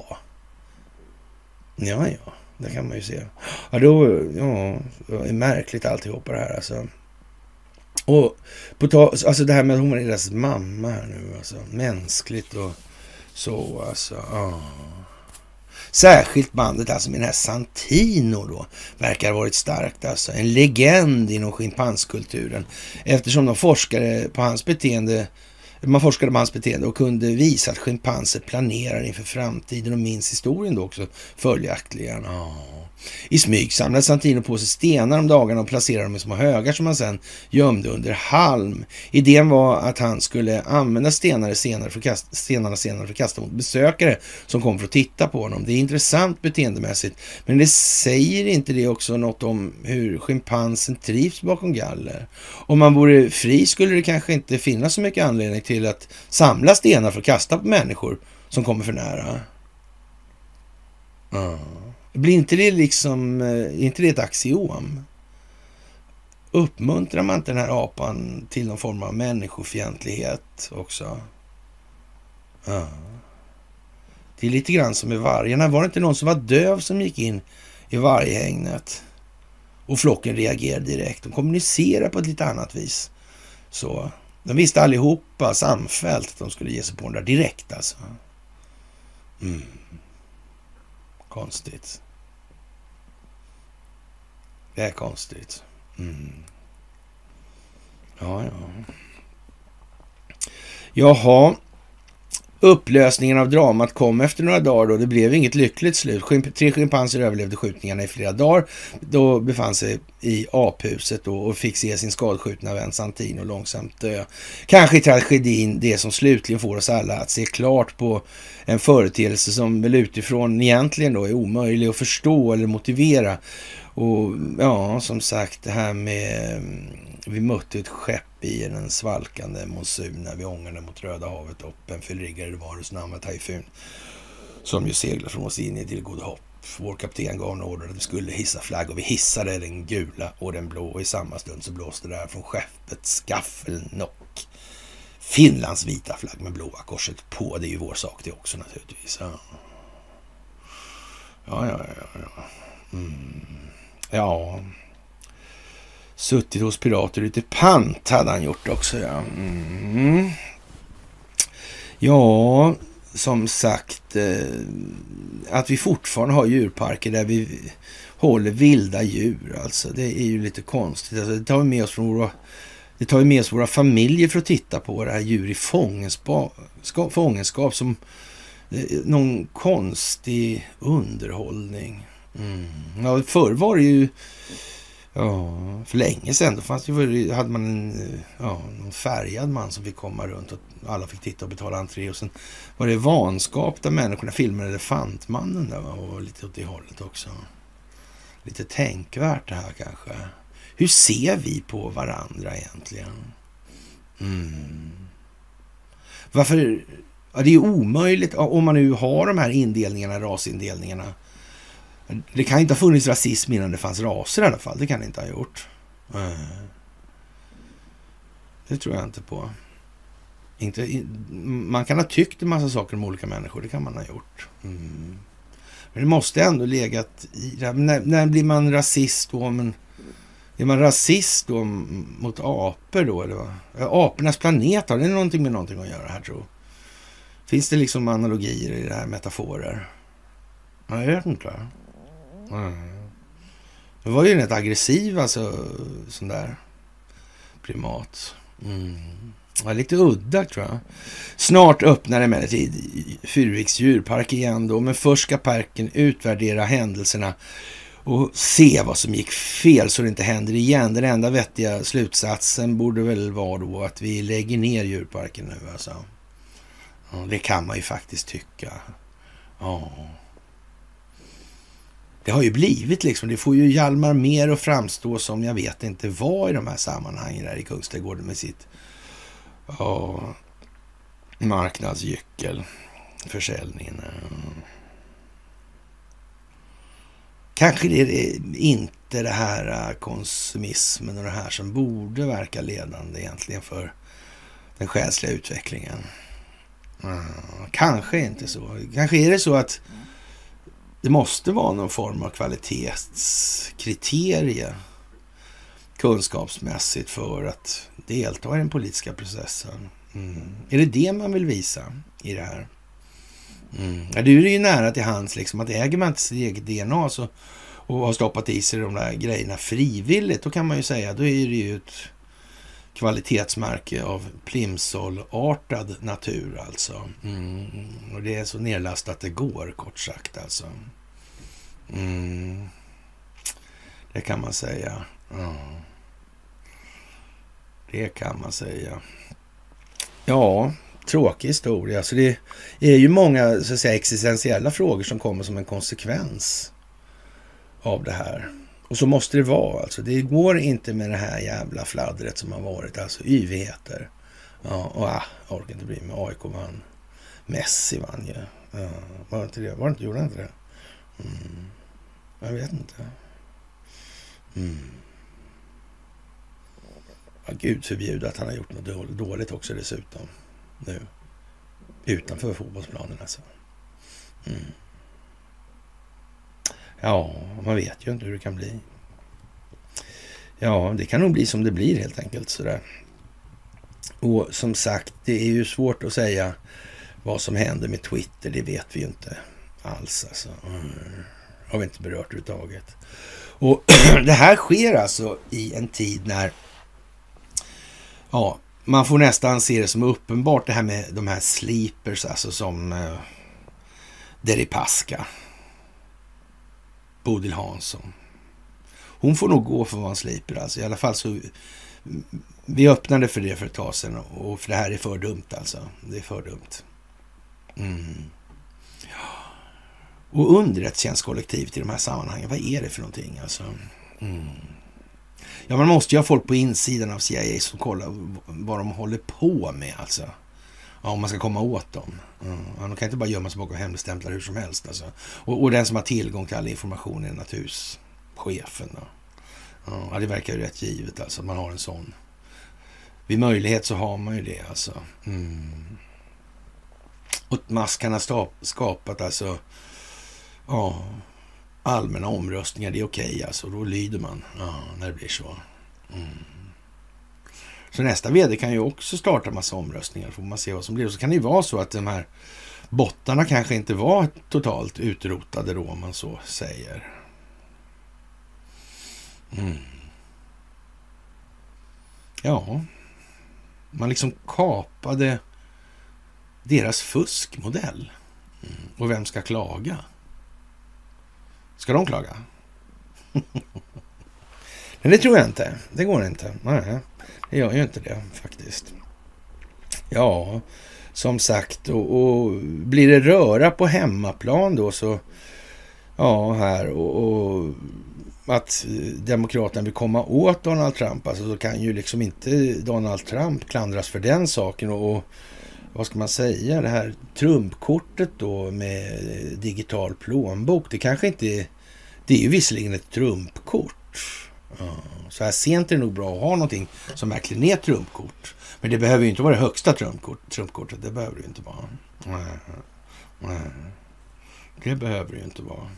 Ja, det kan man ju se. Ja, det är märkligt alltihopa det här alltså. Och alltså det här med att hon är deras mamma här nu alltså. Mänskligt och så alltså. Ja. Särskilt bandet alltså med den här Santino då verkar ha varit starkt alltså. En legend inom schimpanskulturen. Eftersom man forskade på hans beteende och kunde visa att schimpanser planerar inför framtiden och minns historien då också följaktligen. I smyg samlade Santino på sig stenar om dagarna och placerade dem i små högar som han sedan gömde under halm. Idén var att han skulle använda stenarna senare för att kasta mot besökare som kom för att titta på honom. Det är intressant beteendemässigt, men det säger inte det också något om hur schimpansen trivs bakom galler. Om man vore fri skulle det kanske inte finnas så mycket anledning till att samla stenar för att kasta på människor som kommer för nära. Blir inte det liksom, inte det ett axiom? Uppmuntrar man inte den här apan till någon form av människofientlighet också? Det är lite grann som med vargarna. Var det inte någon som var döv som gick in i varghägnet? Och flocken reagerade direkt. De kommunicerade på ett lite annat vis. Så de visste allihopa samfällt att de skulle ge sig på den där direkt alltså. Konstigt. Det är konstigt. Ja. Jaha. Upplösningen av dramat kom efter några dagar då. Det blev inget lyckligt slut. 3 schimpanser överlevde skjutningarna i flera dagar. Då befann sig i aphuset då och fick se sin skadskjutna vän Santino långsamt dö. Kanske i tragedin det som slutligen får oss alla att se klart på en företeelse som väl utifrån egentligen då är omöjlig att förstå eller motivera. Och ja, som sagt, det här med vi mötte ett skepp i en svalkande monsun när vi ångade mot Röda havet upp en fyllriggare varus namn Typhoon som ju seglar från oss in i till god hopp. Vår kapten gav en order att vi skulle hissa flagg och vi hissade den gula och den blå och i samma stund så blåste där från skeppet skaffelnock. Finlands vita flagg med blåa korset på, det är ju vår sak det också naturligtvis. Ja. Suttit hos pirater lite pant hade han gjort också. Ja, som sagt att vi fortfarande har djurparker där vi håller vilda djur. Alltså det är ju lite konstigt. Alltså, det tar vi med oss våra familjer för att titta på det här djur i fångenskap som någon konstig underhållning. Ja, förr var det ju för länge sedan då hade man någon färgad man som fick komma runt och alla fick titta och betala entré och sen var det vanskap där människorna filmade Elefantmannen där och lite åt det hållet också. Lite tänkvärt det här kanske. Hur ser vi på varandra egentligen? Varför? Ja, det är omöjligt om man nu har de här indelningarna, rasindelningarna. Det kan inte ha funnits rasism innan det fanns raser i alla fall. Det kan det inte ha gjort. Det tror jag inte på. Man kan ha tyckt en massa saker om olika människor. Det kan man ha gjort. Men det måste ändå legat i det. När blir man rasist då? Men är man rasist då mot apor då? Eller vad? Apornas planet, har det någonting med någonting att göra här tror jag? Finns det liksom analogier i det här, metaforer? Ja, jag vet inte. Det var ju rätt aggressiv alltså, sån där primat. Ja, lite udda tror jag. Snart öppnar emellertid Furuviks djurpark igen då, men först ska parken utvärdera händelserna och se vad som gick fel så det inte händer igen. Den enda vettiga slutsatsen borde väl vara då att vi lägger ner djurparken nu alltså. Ja, det kan man ju faktiskt tycka. Ja. Det har ju blivit liksom, det får ju Hjalmar mer att framstå som jag vet inte vad i de här sammanhangen där i Kungsträdgården med sitt marknadsgyckel, försäljningen. Kanske det är inte det här konsumismen och det här som borde verka ledande egentligen för den själsliga utvecklingen. Kanske inte så. Kanske är det så att det måste vara någon form av kvalitetskriterie kunskapsmässigt för att delta i den politiska processen. Är det man vill visa i det här? Ja, det är ju nära till hands liksom att äger man inte sitt eget DNA så, och har stoppat i sig de där grejerna frivilligt, då kan man ju säga, då är det ju ett kvalitetsmärke av plimsollartad natur alltså. Och det är så nedlastat det går, kort sagt alltså. Det kan man säga. Det kan man säga. Ja, tråkig historia. Alltså det är ju många så att säga existentiella frågor som kommer som en konsekvens av det här. Och så måste det vara. Alltså det går inte med det här jävla fladdret som har varit. Alltså yvigheter. Ja, och jag orkar inte bli med. AIK vann. Messi vann ju. Ja, var det inte det? Var det inte, gjorde han inte det? Jag vet inte. Ja, Gud förbjuder att han har gjort något dåligt också dessutom. Nu. Utanför fotbollsplanen alltså. Ja, man vet ju inte hur det kan bli. Ja, det kan nog bli som det blir helt enkelt sådär. Och som sagt, det är ju svårt att säga vad som händer med Twitter. Det vet vi ju inte alls alltså. Har vi inte berört överhuvudtaget. Och det här sker alltså i en tid när man får nästan se det som uppenbart det här med de här sleepers alltså som Deripaska, Bodil Hansson. Hon får nog gå för vad han sleeper alltså. I alla fall så vi öppnade för det för ett tag sedan och för det här är för dumt alltså. Det är för dumt. Och underrättelsetjänstkollektivet i de här sammanhangen, vad är det för någonting alltså? Ja, man måste ju ha folk på insidan av CIA som kollar vad de håller på med alltså. Ja, om man ska komma åt dem. De kan inte bara gömma sig bakom hemligstämplar hur som helst alltså. Och den som har tillgång till all information är naturligtvis chefen då. Ja, det verkar ju rätt givet alltså att man har en sån. Vid möjlighet så har man ju det alltså. Och Musk kan ha skapat alltså allmänna omröstningar, det är okej alltså, då lyder man när det blir så. Så nästa vd kan ju också starta massa omröstningar, får man se vad som blir. Och så kan det ju vara så att de här bottarna kanske inte var totalt utrotade då, om man så säger. Ja, man liksom kapade deras fuskmodell. Och vem ska klaga? Ska de klaga? Men det tror jag inte. Det går inte. Nej, det gör ju inte det faktiskt. Ja, som sagt. Och blir det röra på hemmaplan då så här och att demokraterna vill komma åt Donald Trump, alltså så kan ju liksom inte Donald Trump klandras för den saken. Och vad ska man säga, det här Trumpkortet då med digital plånbok, det kanske inte, det är ju visserligen ett Trumpkort. Så här sent är det nog bra att ha någonting som verkligen är Trumpkort. Men det behöver ju inte vara det högsta Trumpkortet, det behöver det ju inte vara. Nej. Det behöver det ju inte vara.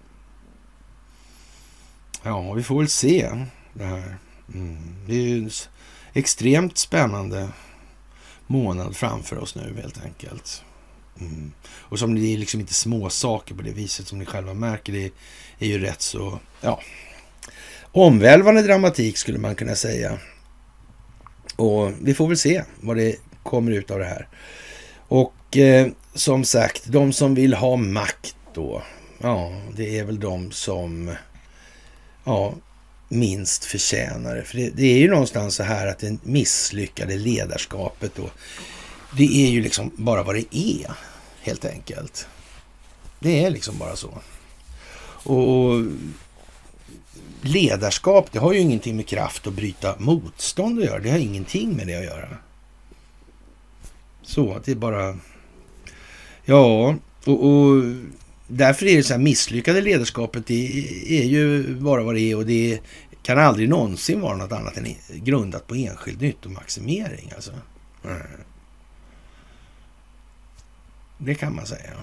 Ja, vi får väl se det här. Det är ju en extremt spännande månad framför oss nu helt enkelt. Och som det är liksom inte små saker på det viset som ni själva märker, det är ju rätt så omvälvande dramatik skulle man kunna säga. Och vi får väl se vad det kommer ut av det här. Och som sagt, de som vill ha makt då, det är väl de som minst förtjänar det. För det är ju någonstans så här att det misslyckade ledarskapet då, det är ju liksom bara vad det är helt enkelt. Det är liksom bara så. Och ledarskap, det har ju ingenting med kraft att bryta motstånd att göra. Det har ingenting med det att göra. Så att det är bara... Ja, och därför är det så här, misslyckade ledarskapet är ju bara vad det är, och det kan aldrig någonsin vara något annat än grundat på enskild nyttomaximering. Alltså. Det kan man säga.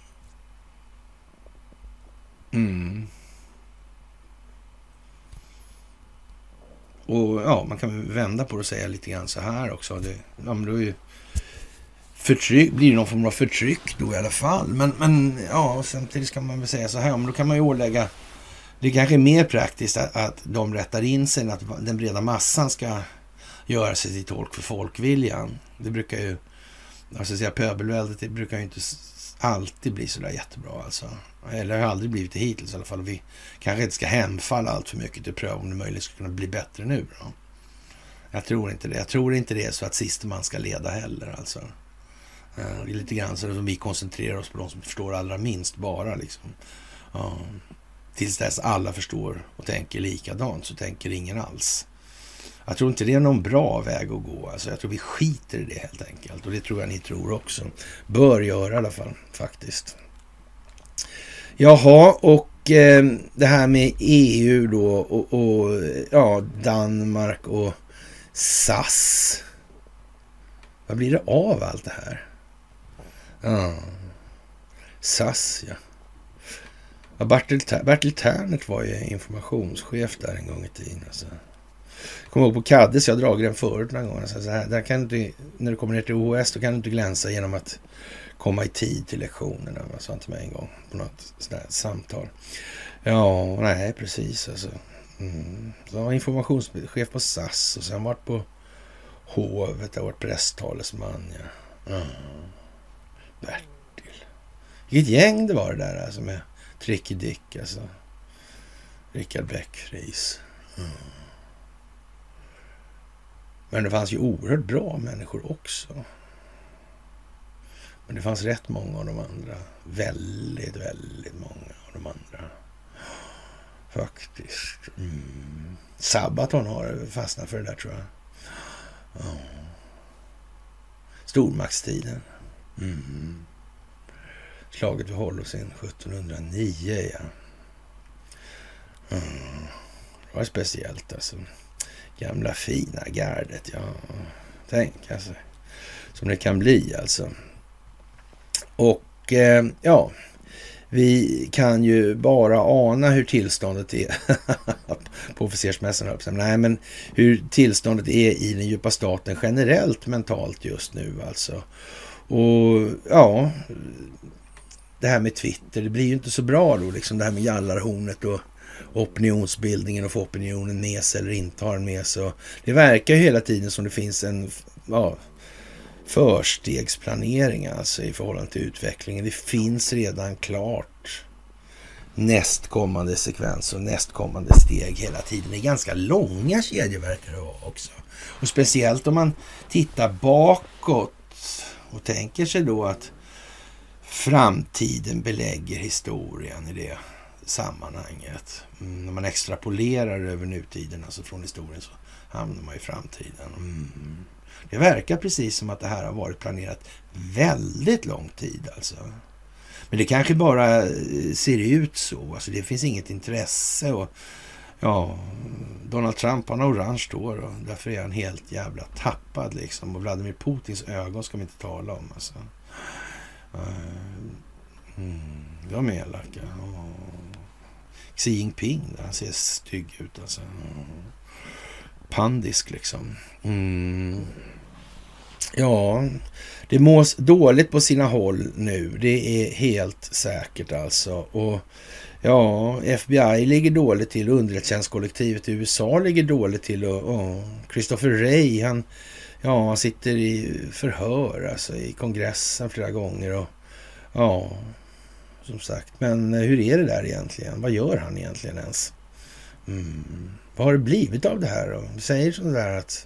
Och ja, man kan vända på det och säga lite grann så här också. Men då är ju förtryck, blir det någon form av förtryck då i alla fall. Men ja, samtidigt ska man väl säga så här, men då kan man ju ålägga, det kanske är mer praktiskt att de rättar in sig än att den breda massan ska göra sig till tolk för folkviljan. Det brukar ju, alltså säga pöbelväldet, det brukar ju inte alltid bli så där jättebra alltså. Eller har aldrig blivit det hittills i alla fall. Vi kanske inte ska hemfalla allt för mycket till pröva om det möjligt ska kunna bli bättre nu då. Jag tror inte det. Jag tror inte det är så att sista man ska leda heller alltså. Det är lite grann så att vi koncentrerar oss på de som förstår allra minst bara liksom. Ja. Tills dess alla förstår och tänker likadant så tänker ingen alls. Jag tror inte det är någon bra väg att gå. Alltså jag tror vi skiter i det helt enkelt. Och det tror jag ni tror också. Bör göra i alla fall faktiskt. Jaha, och det här med EU då och ja, Danmark och SAS. Vad blir det av allt det här? Ja, SAS, ja. Ja, Bertil Ternert var ju informationschef där en gång i tiden. Alltså. Jag kommer ihåg på Kaddes, jag har dragit den förut några gånger. Så här, där kan du, när du kommer ner till OS, då kan du inte glänsa genom att komma i tid till lektionerna. Jag sa till mig en gång på något sådär samtal. Ja, nej, precis. Alltså. Så jag var informationschef på SAS och sen varit på hovet, jag har varit presstalesman. Ja. Bertil. Vilket gäng det var det där alltså, med Tricky Dick, alltså. Rickard Bäckfries. Men det fanns ju oerhört bra människor också. Men det fanns rätt många av de andra. Väldigt, väldigt många av de andra. Faktiskt. Sabaton har fastnat för det där, tror jag. Ja. Stormaktstiden. Slaget vid Holocene 1709, ja. Det var speciellt alltså. Gamla fina gardet, ja. Tänk alltså. Som det kan bli alltså. Och ja, vi kan ju bara ana hur tillståndet är på officersmässan. Nej, men hur tillståndet är i den djupa staten generellt mentalt just nu alltså. Och ja, det här med Twitter, det blir ju inte så bra då liksom, det här med jallarhornet och opinionsbildningen och få opinionen med sig eller inte har den med sig. Det verkar ju hela tiden som det finns en förstegsplanering alltså i förhållande till utvecklingen. Det finns redan klart nästkommande sekvens och nästkommande steg hela tiden. Det är ganska långa kedjor verkar det vara också. Och speciellt om man tittar bakåt och tänker sig då att framtiden belägger historien i det sammanhanget. När man extrapolerar över nutiden, alltså från historien, så hamnar man i framtiden. Det verkar precis som att det här har varit planerat väldigt lång tid alltså. Men det kanske bara ser ut så. Alltså det finns inget intresse och ja, Donald Trump han har orange då och därför är han helt jävla tappad liksom. Och Vladimir Putins ögon ska man inte tala om alltså. De är elaka. Xi Jinping, han ser stygg ut alltså. Pandisk liksom. Ja, det mås dåligt på sina håll nu. Det är helt säkert alltså. Och ja, FBI ligger dåligt till. Underrättelsetjänstkollektivet i USA ligger dåligt till. Och Christopher Wray, han sitter i förhör alltså, i kongressen flera gånger. Och ja, som sagt. Men hur är det där egentligen? Vad gör han egentligen ens? Vad har det blivit av det här då? Vi säger sådär att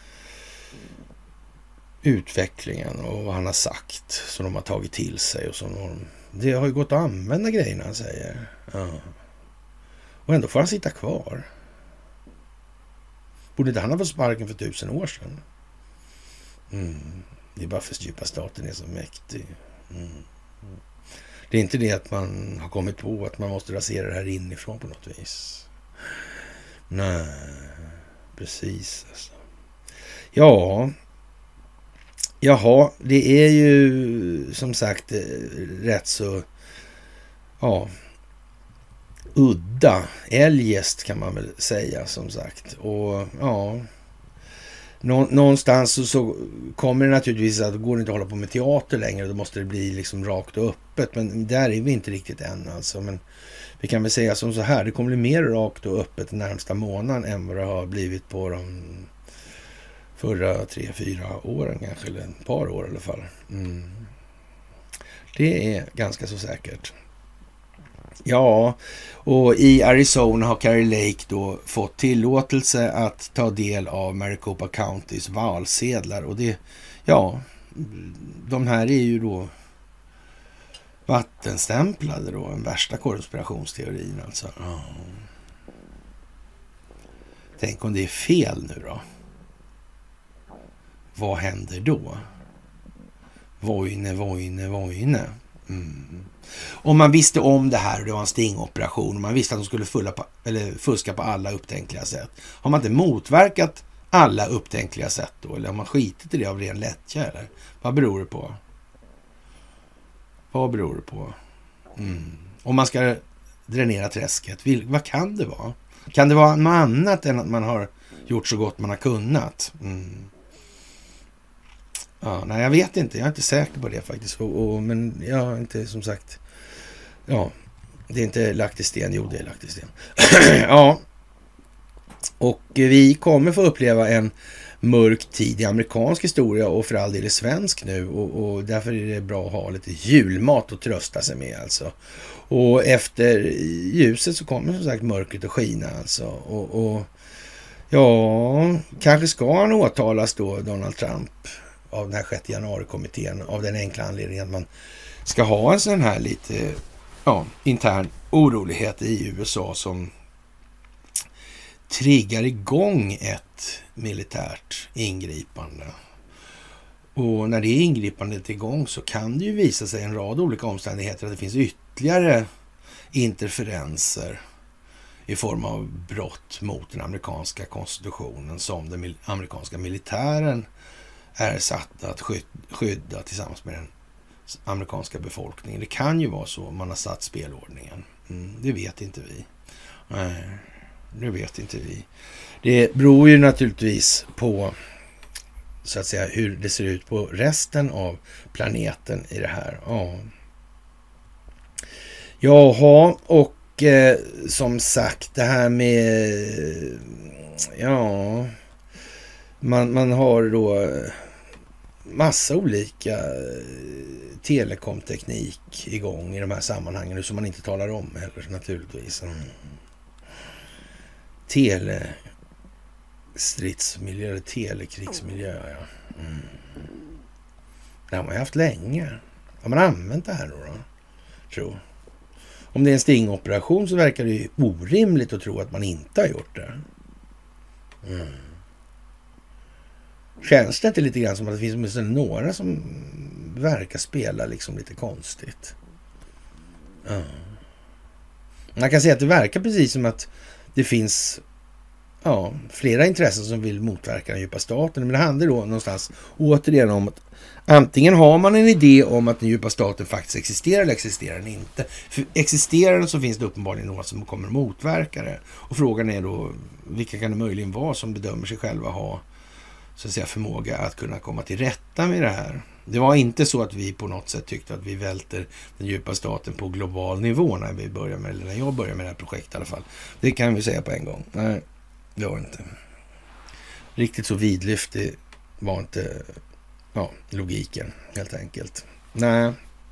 utvecklingen och vad han har sagt som de har tagit till sig och det har ju gått att använda grejerna han säger. Ja. Och ändå får han sitta kvar. Borde inte han ha fått sparken för 1000 år sedan? Det är bara för djupa staten är så mäktig. Det är inte det att man har kommit på att man måste rasera det här inifrån på något vis. Nej, precis alltså. Ja, jaha, det är ju som sagt rätt så udda eljest kan man väl säga som sagt. Och någonstans så kommer det naturligtvis att det går inte att hålla på med teater längre. Då måste det bli liksom rakt och öppet. Men där är vi inte riktigt än alltså. Men vi kan väl säga som så här. Det kommer bli mer rakt och öppet den närmsta månaden än vad det har blivit på de förra 3-4 åren kanske. Eller ett par år i alla fall. Det är ganska så säkert. Ja, och i Arizona har Kari Lake då fått tillåtelse att ta del av Maricopa Countys valsedlar. Och det, de här är ju då vattenstämplade då, en värsta konspirationsteorin alltså. Tänk om det är fel nu då? Vad händer då? Vojne. Om man visste om det här och det var en stingoperation och man visste att de skulle fuska på alla upptänkliga sätt. Har man inte motverkat alla upptänkliga sätt då? Eller har man skitit i det av ren lättja? Eller? Vad beror det på? Om man ska dränera träsket, vad kan det vara? Kan det vara något annat än att man har gjort så gott man har kunnat? Nej, jag vet inte. Jag är inte säker på det faktiskt. Men jag har inte, som sagt... det är inte lagt i sten. Jo, det är lagt i sten. Och vi kommer få uppleva en mörk tid i amerikansk historia och för all del i svensk nu. Och därför är det bra att ha lite julmat att trösta sig med alltså. Och efter ljuset så kommer som sagt mörkret att skina alltså. Kanske ska han åtalas då, Donald Trump, av den här 6 januari-kommittén av den enkla anledningen att man ska ha en sån här lite intern orolighet i USA som triggar igång ett militärt ingripande. Och när det är ingripandet igång så kan det ju visa sig en rad olika omständigheter att det finns ytterligare interferenser i form av brott mot den amerikanska konstitutionen som den amerikanska militären är satt att skydda tillsammans med den amerikanska befolkningen. Det kan ju vara så man har satt spelordningen. Det vet inte vi. Nej, det vet inte vi. Det beror ju naturligtvis på så att säga hur det ser ut på resten av planeten i det här. Jaha, och som sagt det här med man har då massa olika telekomteknik igång i de här sammanhangen som man inte talar om heller naturligtvis. Telestridsmiljö eller telekrigsmiljö, Det har man ju haft länge. Har man använt det här då? Tror. Om det är en stingoperation så verkar det ju orimligt att tro att man inte har gjort det. Känns det inte lite grann som att det finns åtminstone några som verkar spela liksom lite konstigt? Man kan säga att det verkar precis som att det finns flera intressen som vill motverka den djupa staten. Men det handlar då någonstans återigen om att antingen har man en idé om att den djupa staten faktiskt existerar eller existerar den inte. För existerar den så finns det uppenbarligen några som kommer motverka det. Och frågan är då vilka kan det möjligen vara som bedömer sig själva ha så att säga förmåga att kunna komma till rätta med det här. Det var inte så att vi på något sätt tyckte att vi välter den djupa staten på global nivå när jag började med det här projektet i alla fall. Det kan vi säga på en gång. Nej, det var inte. Riktigt så vidlyftig var inte logiken helt enkelt. Nej.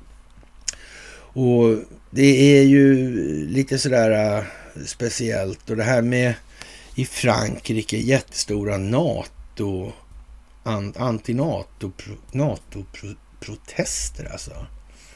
Och det är ju lite sådär speciellt. Och det här med i Frankrike jättestora anti-NATO-protester alltså.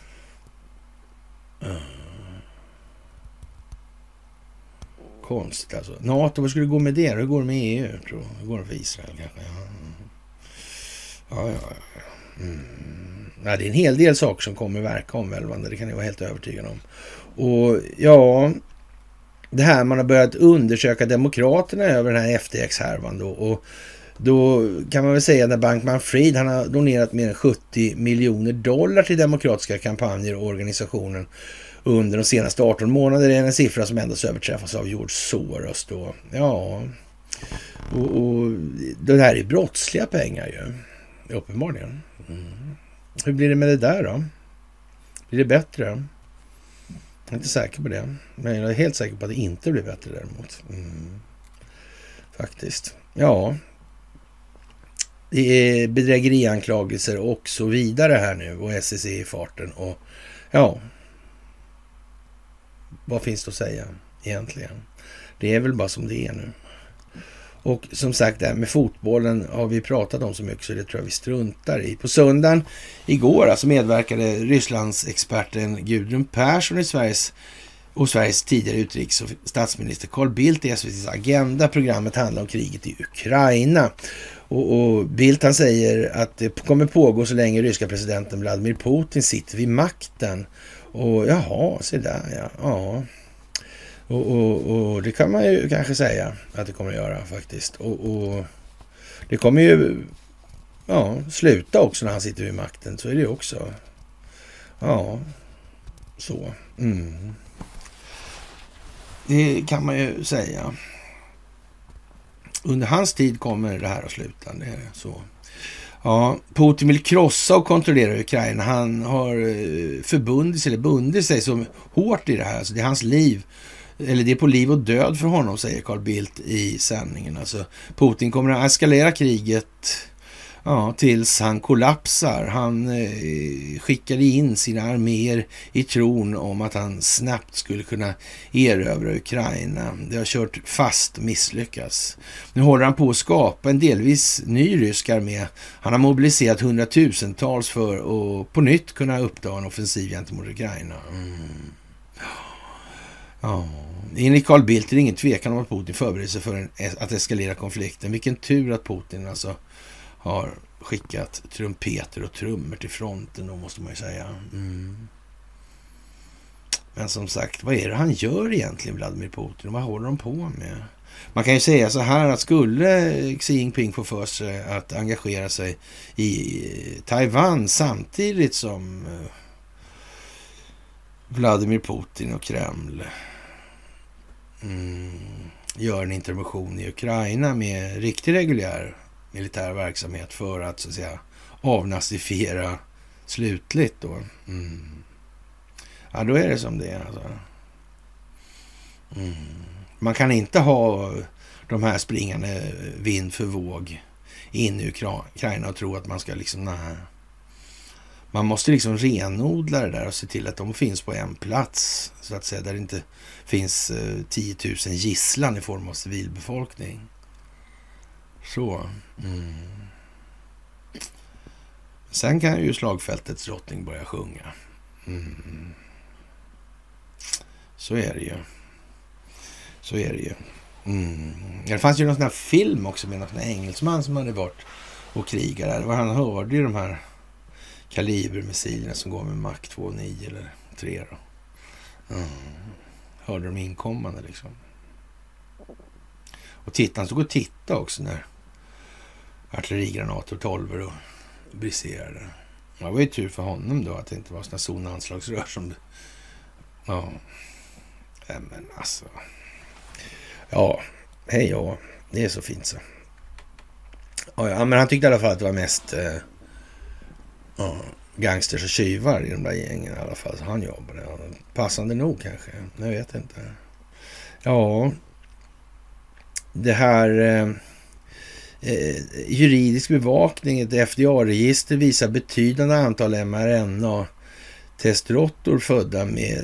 Konstigt alltså. NATO, vad skulle det gå med det? Hur går det med EU? Hur går det för Israel kanske? Ja. Ja, det är en hel del saker som kommer verka omvälvande, det kan ni vara helt övertygad om. Och ja, det här man har börjat undersöka demokraterna över den här FTX-härvan då, och då kan man väl säga att Bankman-Fried, han har donerat mer än $70 miljoner till demokratiska kampanjer och organisationen under de senaste 18 månader. Det är en siffra som endast överträffas av George Soros då. Ja, och det här är brottsliga pengar ju, uppenbarligen. Hur blir det med det där då? Blir det bättre? Jag är inte säker på det, men jag är helt säker på att det inte blir bättre däremot. Faktiskt. Ja, det är bedrägerianklagelser och så vidare här nu och SEC i farten och ja, vad finns det att säga egentligen? Det är väl bara som det är nu. Och som sagt, det här med fotbollen har vi pratat om så mycket så det tror jag vi struntar i. På söndagen igår alltså medverkade Rysslands experten Gudrun Persson i Sveriges tidigare utrikes- och statsminister Carl Bildt i SVT:s Agenda. Programmet handlar om kriget i Ukraina. Och Bildt han säger att det kommer pågå så länge ryska presidenten Vladimir Putin sitter vid makten. Och jaha, se där, ja. Och det kan man ju kanske säga att det kommer att göra faktiskt. Och det kommer ju sluta också när han sitter vid makten. Så är det ju också. Ja, så. Det kan man ju säga. Under hans tid kommer det här att sluta. Det är så. Ja, Putin vill krossa och kontrollera Ukraina. Han har bundit sig så hårt i det här. Alltså det är hans liv. Eller det är på liv och död för honom, säger Carl Bildt i sändningen. Alltså Putin kommer att eskalera kriget tills han kollapsar. Han skickade in sina arméer i tron om att han snabbt skulle kunna erövra Ukraina. Det har kört fast och misslyckats. Nu håller han på att skapa en delvis ny rysk armé. Han har mobiliserat hundratusentals för att på nytt kunna uppta en offensiv gentemot Ukraina. Ja, enligt Carl Bildt är det ingen tvekan om att Putin förbereder sig för att eskalera konflikten. Vilken tur att Putin alltså har skickat trumpeter och trummor till fronten, då måste man ju säga. Men som sagt, vad är det han gör egentligen, Vladimir Putin? Vad håller de på med? Man kan ju säga så här att skulle Xi Jinping få för sig att engagera sig i Taiwan samtidigt som Vladimir Putin och Kreml gör en intervention i Ukraina med riktig reguljär militär verksamhet för att så att säga avnazifiera slutligt då. Ja, då är det som det är alltså. Man kan inte ha de här springande vind för våg in i Ukraina och tro att man ska liksom man måste liksom renodla det där och se till att de finns på en plats så att säga, där det inte finns 10 000 gisslan i form av civilbefolkning. Så. Sen kan ju slagfältets drottning börja sjunga. Så är det ju. Så är det ju. Det fanns ju någon sån här film också med någon engelsman som hade varit och krigat där. Han hörde ju de här kalibermissilerna som går med Mach 2,9 eller 3 då. Hörde de inkommande liksom. Och han stod och tittade också när artillerigranater och 12 och briserade. Det var ju tur för honom då att det inte var såna zonanslagsrör som det. Ja. Men alltså. Ja, hej ja. Det är så fint så. Ja, men han tyckte i alla fall att det var mest gangsters och tjuvar i de där gängen i alla fall. Så han jobbade. Passande nog kanske. Jag vet inte. Ja. Det här juridisk bevakning, ett FDA-register visar betydande antal mRNA-testråttor födda med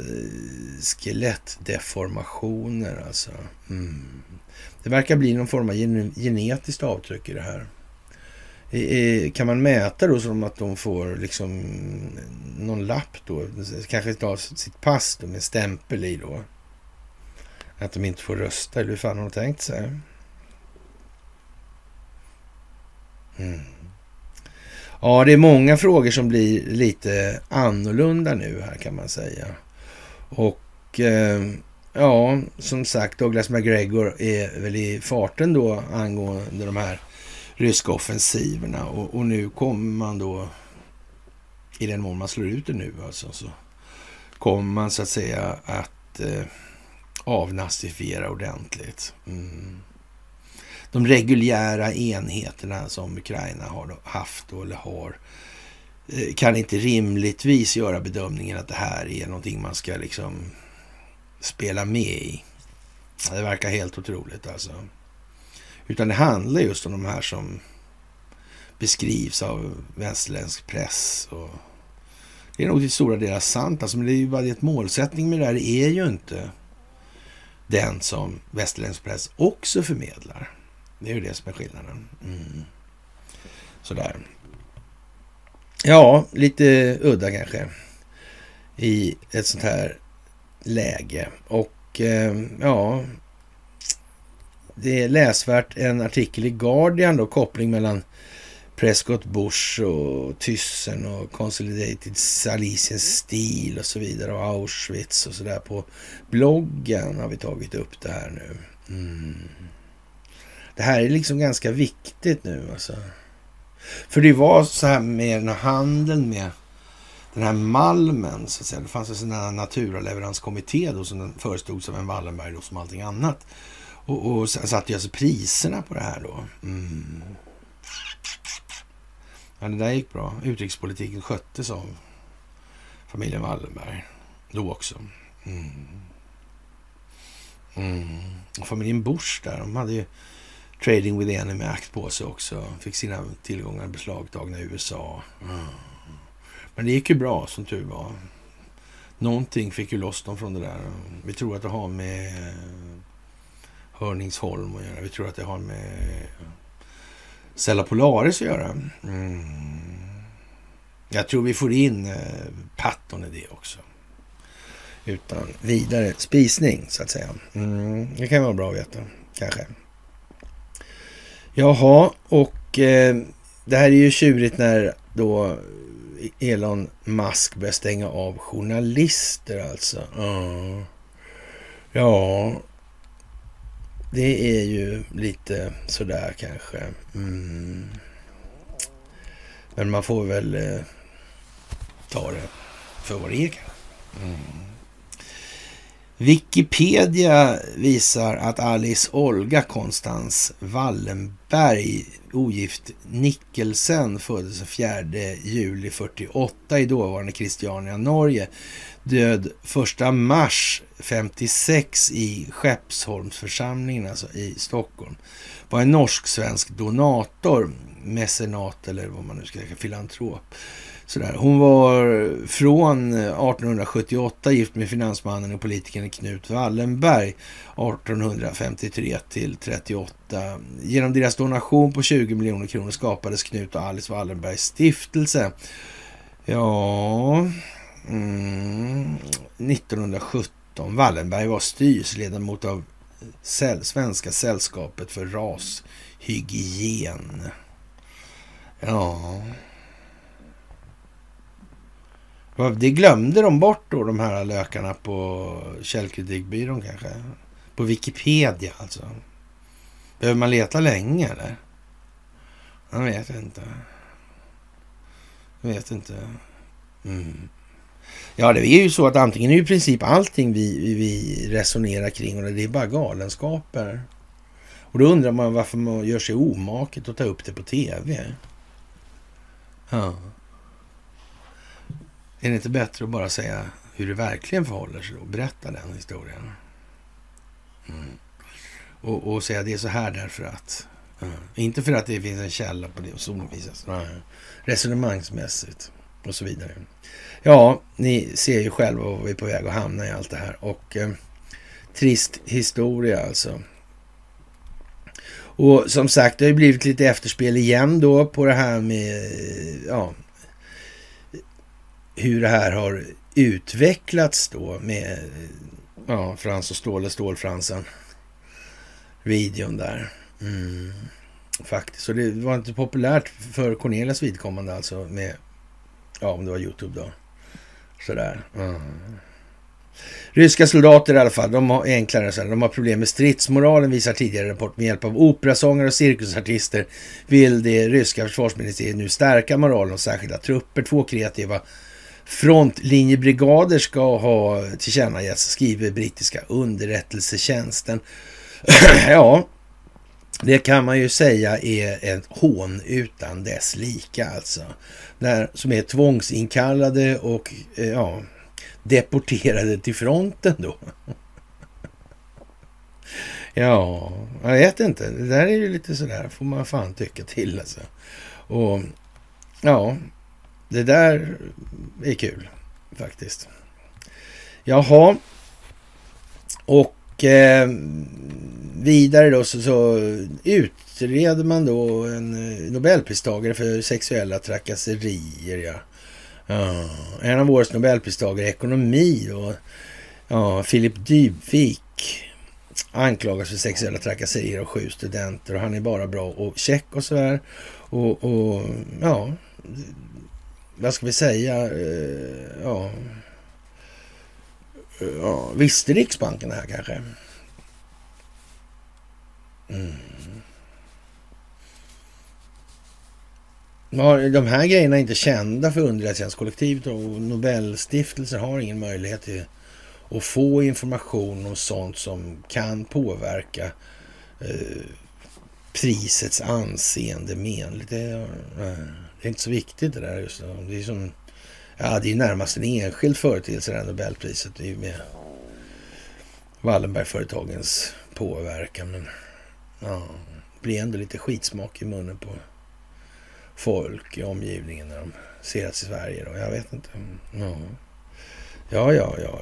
skelettdeformationer. Alltså. Det verkar bli någon form av genetiskt avtryck i det här. Kan man mäta då som att de får liksom någon lapp då, kanske ta sitt pass då med stämpel i då, att de inte får rösta, eller hur fan har de tänkt sig? Ja, det är många frågor som blir lite annorlunda nu här kan man säga. Och ja, som sagt, Douglas McGregor är väl i farten då angående de här ryska offensiverna. Och nu kommer man då, i den mån man slår ut det nu alltså, så kommer man så att säga att avnazifiera ordentligt. De reguljära enheterna som Ukraina har haft eller har kan inte rimligtvis göra bedömningen att det här är någonting man ska liksom spela med i. Det verkar helt otroligt alltså. Utan det handlar just om de här som beskrivs av västerländsk press. Och det är nog till stora delar sant. Alltså, men det är ju bara det, målsättning med det här är ju inte den som västerländsk press också förmedlar. Det är ju det som är skillnaden. Sådär. Ja, lite udda kanske i ett sånt här läge. Och ja, det är läsvärt en artikel i Guardian då, koppling mellan Prescott Bush och Thyssen och Consolidated Silesian Steel och så vidare och Auschwitz och sådär. På bloggen har vi tagit upp det här nu. Det här är liksom ganska viktigt nu alltså. För det var så här med den här handeln med den här malmen så att säga. Det fanns en sån här naturaleveranskommitté då som den förestods av en Wallenberg då som allting annat. Och satte ju alltså priserna på det här då. Ja, det där gick bra. Utrikespolitiken sköttes av familjen Wallenberg då också. Och familjen Bush där, de hade ju Trading with the Enemy Act på sig också. Fick sina tillgångar beslagtagna i USA. Men det gick ju bra som tur var. Någonting fick ju loss dem från det där. Vi tror att det har med Hörningsholm att göra. Vi tror att det har med Stella Polaris att göra. Jag tror vi får in Patton i det också. Utan vidare spisning så att säga. Det kan vara bra att veta, kanske. Jaha, och det här är ju tjurigt när då Elon Musk börjar stänga av journalister alltså. Ja, det är ju lite sådär kanske. Men man får väl ta det för vad det är kanske. Wikipedia visar att Alice Olga Konstans Wallenberg, ogift Nikkelsen, föddes den 4 juli 48 i dåvarande Christiania, Norge. Död 1 mars 56 i Skeppsholmsförsamlingen, alltså i Stockholm. Var en norsk-svensk donator, mecenat eller vad man nu ska säga, filantrop. Sådär. Hon var från 1878 gift med finansmannen och politikern Knut Wallenberg 1853 till 38. Genom deras donation på 20 miljoner kronor skapades Knut och Alice Wallenbergs stiftelse. Ja, 1917. Wallenberg var styrelseledamot av Svenska sällskapet för rashygien. Ja. Det glömde de bort då, de här lökarna på källkritikbyrån kanske. På Wikipedia alltså. Behöver man leta länge eller? Jag vet inte. Ja, det är ju så att antingen är ju i princip allting vi resonerar kring och det är bara galenskaper. Och då undrar man varför man gör sig omaket och ta upp det på tv. Ja. Är det inte bättre att bara säga hur det verkligen förhåller sig och berätta den historien? Och säga det är så här därför att. Inte för att det finns en källa på det och så visas. Resonemangsmässigt och så vidare. Ja, ni ser ju själva vad vi är på väg att hamna i allt det här. Och trist historia alltså. Och som sagt, det har ju blivit lite efterspel igen då på det här med hur det här har utvecklats då med Frans och Stålfransen videon där. Faktiskt. Så det var inte populärt för Cornelias vidkommande alltså med, ja, om det var YouTube då. Sådär. Ryska soldater i alla fall, de har enklare så här, de har problem med stridsmoralen, visar tidigare rapport. Med hjälp av operasångare och cirkusartister vill det ryska försvarsministeriet nu stärka moralen och särskilda trupper. 2 kreativa frontlinjebrigader ska ha tillkännagetts, skriver brittiska underrättelsetjänsten. Ja, det kan man ju säga är ett hån utan dess lika alltså. Där, som är tvångsinkallade och ja, deporterade till fronten då. Ja, jag vet inte. Det där är ju lite sådär, får man fan tycka till alltså. Och ja, det där är kul faktiskt. Jaha, och vidare då så utreder man då en Nobelpristagare för sexuella trakasserier. Ja. En av årets Nobelpristagare i ekonomi då, Philip Dybvik, anklagas för sexuella trakasserier av 7 studenter och han är bara bra och check och sådär. Och ja, vad ska vi säga? Visste Riksbanken det här kanske? De här grejerna är inte kända för underrättelsetjänstkollektivet och Nobelstiftelser har ingen möjlighet till att få information om sånt som kan påverka prisets anseende menligt. Det är inte så viktigt det där just då. Det är som, ja, det är närmast en enskild företeelse det här Nobelpriset. Det är ju med Wallenbergföretagens påverkan, men ja, det blir ändå lite skitsmak i munnen på folk i omgivningen när de ser att i Sverige då. Jag vet inte. Ja.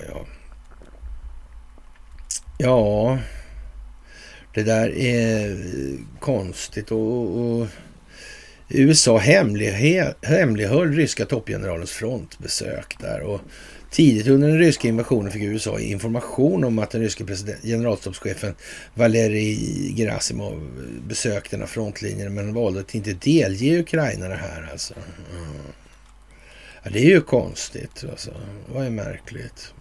Ja, det där är konstigt och USA hemlighöll ryska toppgeneralens frontbesök där och tidigt under den ryska invasionen fick USA information om att den ryska generalstabschefen Valerij Gerasimov besökte den här frontlinjen men valde att inte delge Ukraina det här alltså. Ja, det är ju konstigt alltså. Vad är märkligt?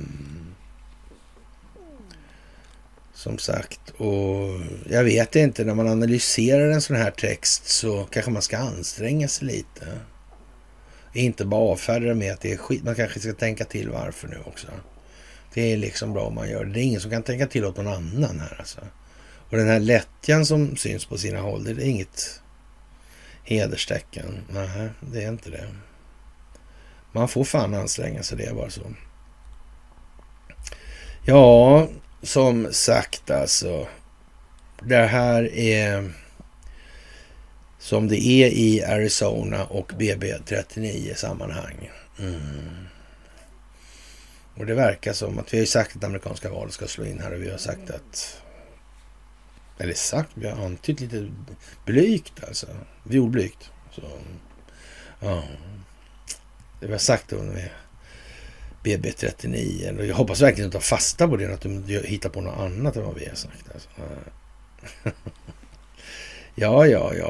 Som sagt, och jag vet inte, när man analyserar en sån här text så kanske man ska anstränga sig lite. Inte bara avfärda det med att det är skit. Man kanske ska tänka till varför nu också. Det är liksom bra om man gör det. Det är ingen som kan tänka till åt någon annan här alltså. Och den här lättjan som syns på sina håll, det är inget hederstecken. Nej, det är inte det. Man får fan anstränga sig, det är bara så. Ja, som sagt alltså. Det här är som det är i Arizona och BB39 sammanhang. Och det verkar som att vi har ju sagt att amerikanska valet ska slå in här och vi har sagt att, eller sagt, vi har antytt lite blygt alltså, violblygt. Så, ja. Det vi har sagt då med BB39 och jag hoppas verkligen att de tar fasta på det, att de hittar på något annat än vad vi har sagt alltså. Ja.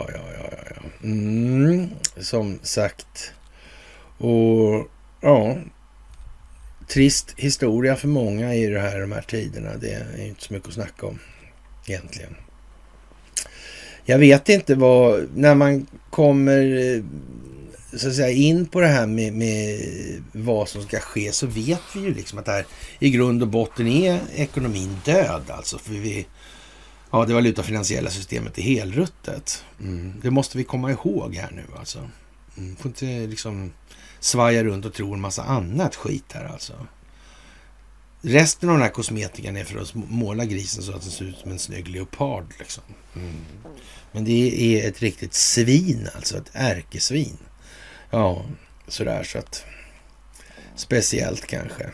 Som sagt. Och ja, trist historia för många i det här, de här tiderna. Det är inte så mycket att snacka om egentligen. Jag vet inte vad, när man kommer så att säga in på det här med vad som ska ske, så vet vi ju liksom att det här i grund och botten är ekonomin död alltså, för det valutafinansiella systemet är helruttet. Det måste vi komma ihåg här nu alltså. Får inte liksom svaja runt och tro en massa annat skit här alltså. Resten av den här kosmetikan är för att måla grisen så att den ser ut som en snygg leopard liksom. Men det är ett riktigt svin alltså, ett ärkesvin. Ja, sådär, så att speciellt kanske.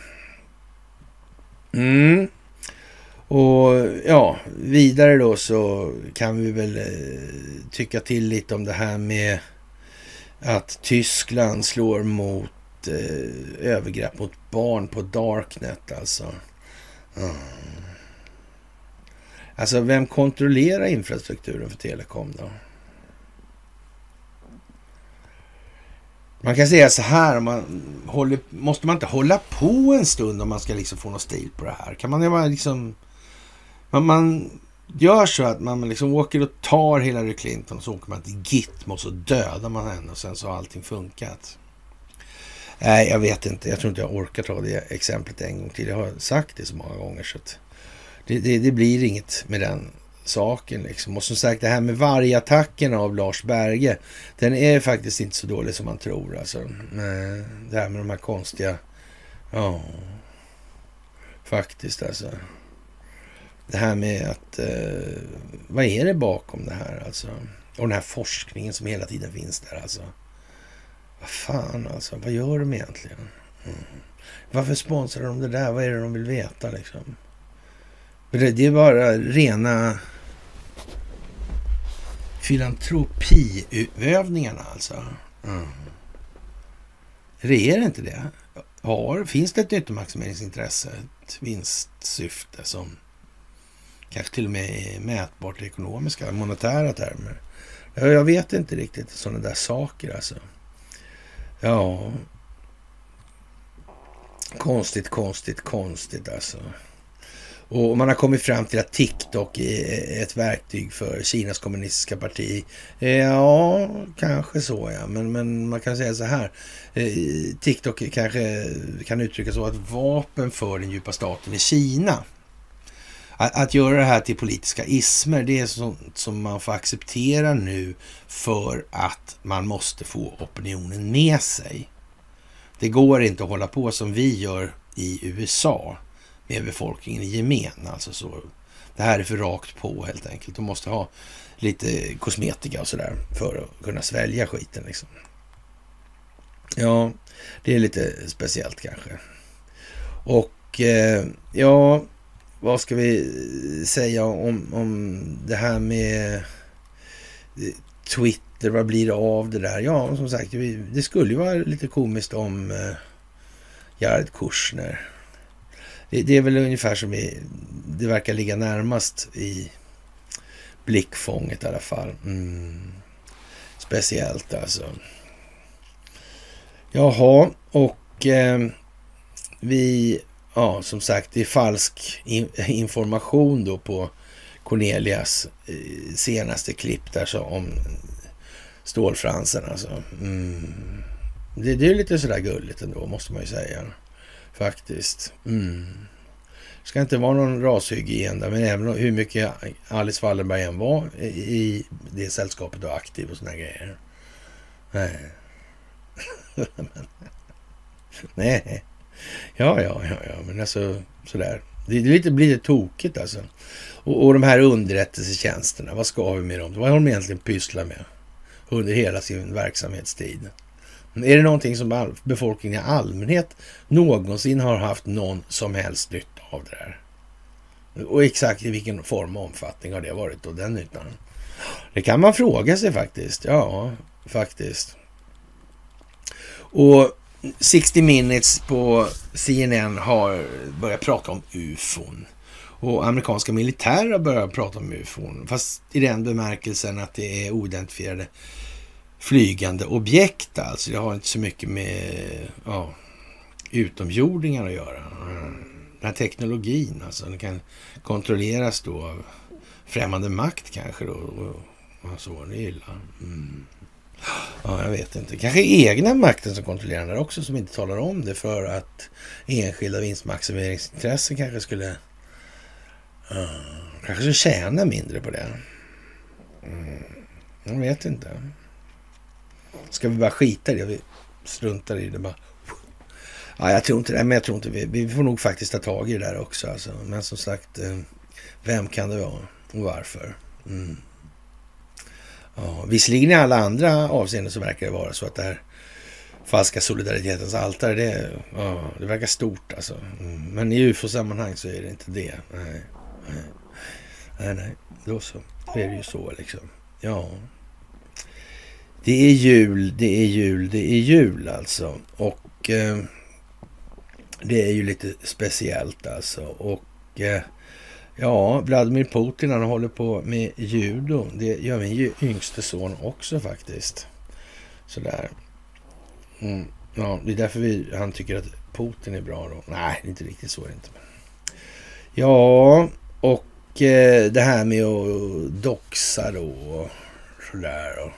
Och ja, vidare då så kan vi väl tycka till lite om det här med att Tyskland slår mot övergrepp mot barn på Darknet alltså. Alltså vem kontrollerar infrastrukturen för telekom då? Man kan säga så här, måste man inte hålla på en stund om man ska liksom få någon stil på det här? Kan man liksom... Man gör så att man liksom åker och tar Hillary Clinton och så åker man till Gitmo och så dödar man henne och sen så har allting funkat. Nej, jag vet inte. Jag tror inte jag orkar ta det exemplet en gång till. Jag har sagt det så många gånger så att det blir inget med den saken liksom. Och som sagt, det här med vargattacken av Lars Berge, den är faktiskt inte så dålig som man tror alltså. Det här med de här konstiga, ja, faktiskt alltså. Det här med att, vad är det bakom det här alltså? Och den här forskningen som hela tiden finns där alltså. Vad fan alltså, vad gör de egentligen? Varför sponsrar de det där? Vad är det de vill veta liksom? Det är bara rena filantropiövningarna alltså. Det är inte det. Finns det ett nyttomaximeringsintresse, ett vinstsyfte som kanske till och med är mätbart i ekonomiska, monetära termer? Jag vet inte riktigt sådana där saker alltså. Ja, konstigt alltså. Och man har kommit fram till att TikTok är ett verktyg för Kinas kommunistiska parti. Ja, kanske så ja. Men man kan säga så här. TikTok kanske kan uttrycka så att vapen för den djupa staten i Kina. Att göra det här till politiska ismer, det är sånt som man får acceptera nu för att man måste få opinionen med sig. Det går inte att hålla på som vi gör i USA med befolkningen i gemen. Alltså så, det här är för rakt på helt enkelt. De måste ha lite kosmetika och sådär för att kunna svälja skiten liksom. Ja, det är lite speciellt kanske. Och ja, vad ska vi säga om det här med Twitter? Vad blir det av det där? Ja, som sagt, det skulle ju vara lite komiskt om Jared Kushner. Det är väl ungefär som det verkar ligga närmast i blickfånget i alla fall. Speciellt alltså. Jaha, och ja, som sagt, det är falsk information då på Cornelias senaste klipp där så om stålfransen alltså. Det är lite sådär gulligt ändå, måste man ju säga. Faktiskt. Ska inte vara någon rashygien där, men även hur mycket Alice Wallenberg än var i det sällskapet och aktiv och såna grejer. Nej. Nej. Ja, men alltså sådär. Det blir lite tokigt alltså. Och de här underrättelsetjänsterna, vad ska vi med dem? Vad har de egentligen pysslat med under hela sin verksamhetstid? Är det någonting som befolkningen i allmänhet någonsin har haft någon som helst nytta av det där? Och exakt i vilken form och omfattning har det varit då, den nyttan? Det kan man fråga sig faktiskt. Ja, faktiskt. Och 60 Minutes på CNN har börjat prata om UFOn. Och amerikanska militärer har börjat prata om UFOn. Fast i den bemärkelsen att det är oidentifierade flygande objekt. Alltså det har inte så mycket med utomjordingar att göra. Den här teknologin alltså, den kan kontrolleras då av främmande makt kanske då. Och så, det är illa. Ja, jag vet inte. Kanske egna makten som kontrollerar det också, som inte talar om det för att enskilda vinstmaximeringsintressen kanske skulle tjäna mindre på det. Jag vet inte. Ska vi bara skita i det? Vi struntar i det bara. Ja, jag tror inte det. Men jag tror inte vi får nog faktiskt ta tag i det där också. Alltså. Men som sagt, vem kan det vara? Och varför? Ja, visserligen i alla andra avseenden så verkar det vara så att det här falska solidaritetens altare, det verkar stort alltså. Men i UFO-sammanhang så är det inte det. Nej. Då är det ju så liksom. Ja. Det är jul alltså. Och det är ju lite speciellt alltså. Och ja, Vladimir Putin, han håller på med judo. Det gör min yngste son också faktiskt. Sådär. Ja, det är därför han tycker att Putin är bra då. Nej, det är inte riktigt så är det inte. Ja, och det här med att doxa då och sådär då.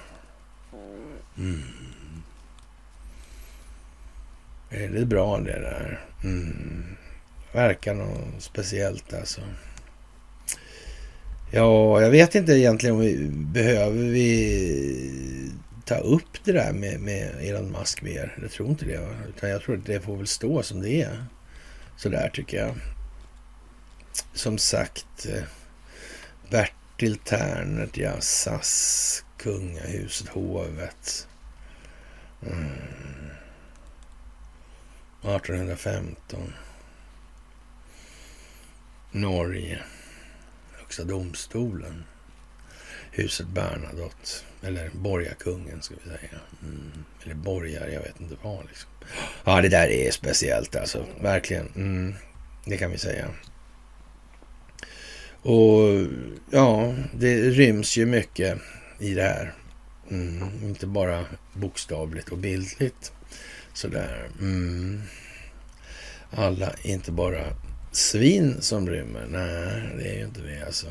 Är det bra det där? Verkar något speciellt alltså. Ja, jag vet inte egentligen om vi behöver ta upp det där med Elon Musk mer. Jag tror inte det. Utan jag tror att det får väl stå som det är. Så där tycker jag. Som sagt, Bertil Ternert, ja, SAS, kungahuset, hovet. 1815. Norge. Högsta domstolen. Huset Bernadotte. Eller borgarkungen ska vi säga. Eller borgar, jag vet inte vad liksom. Ja, det där är speciellt alltså. Verkligen. Det kan vi säga. Och ja, det ryms ju mycket i det här. Inte bara bokstavligt och bildligt. Sådär. Alla inte bara svin som rymmer. Nej, det är ju inte det alltså.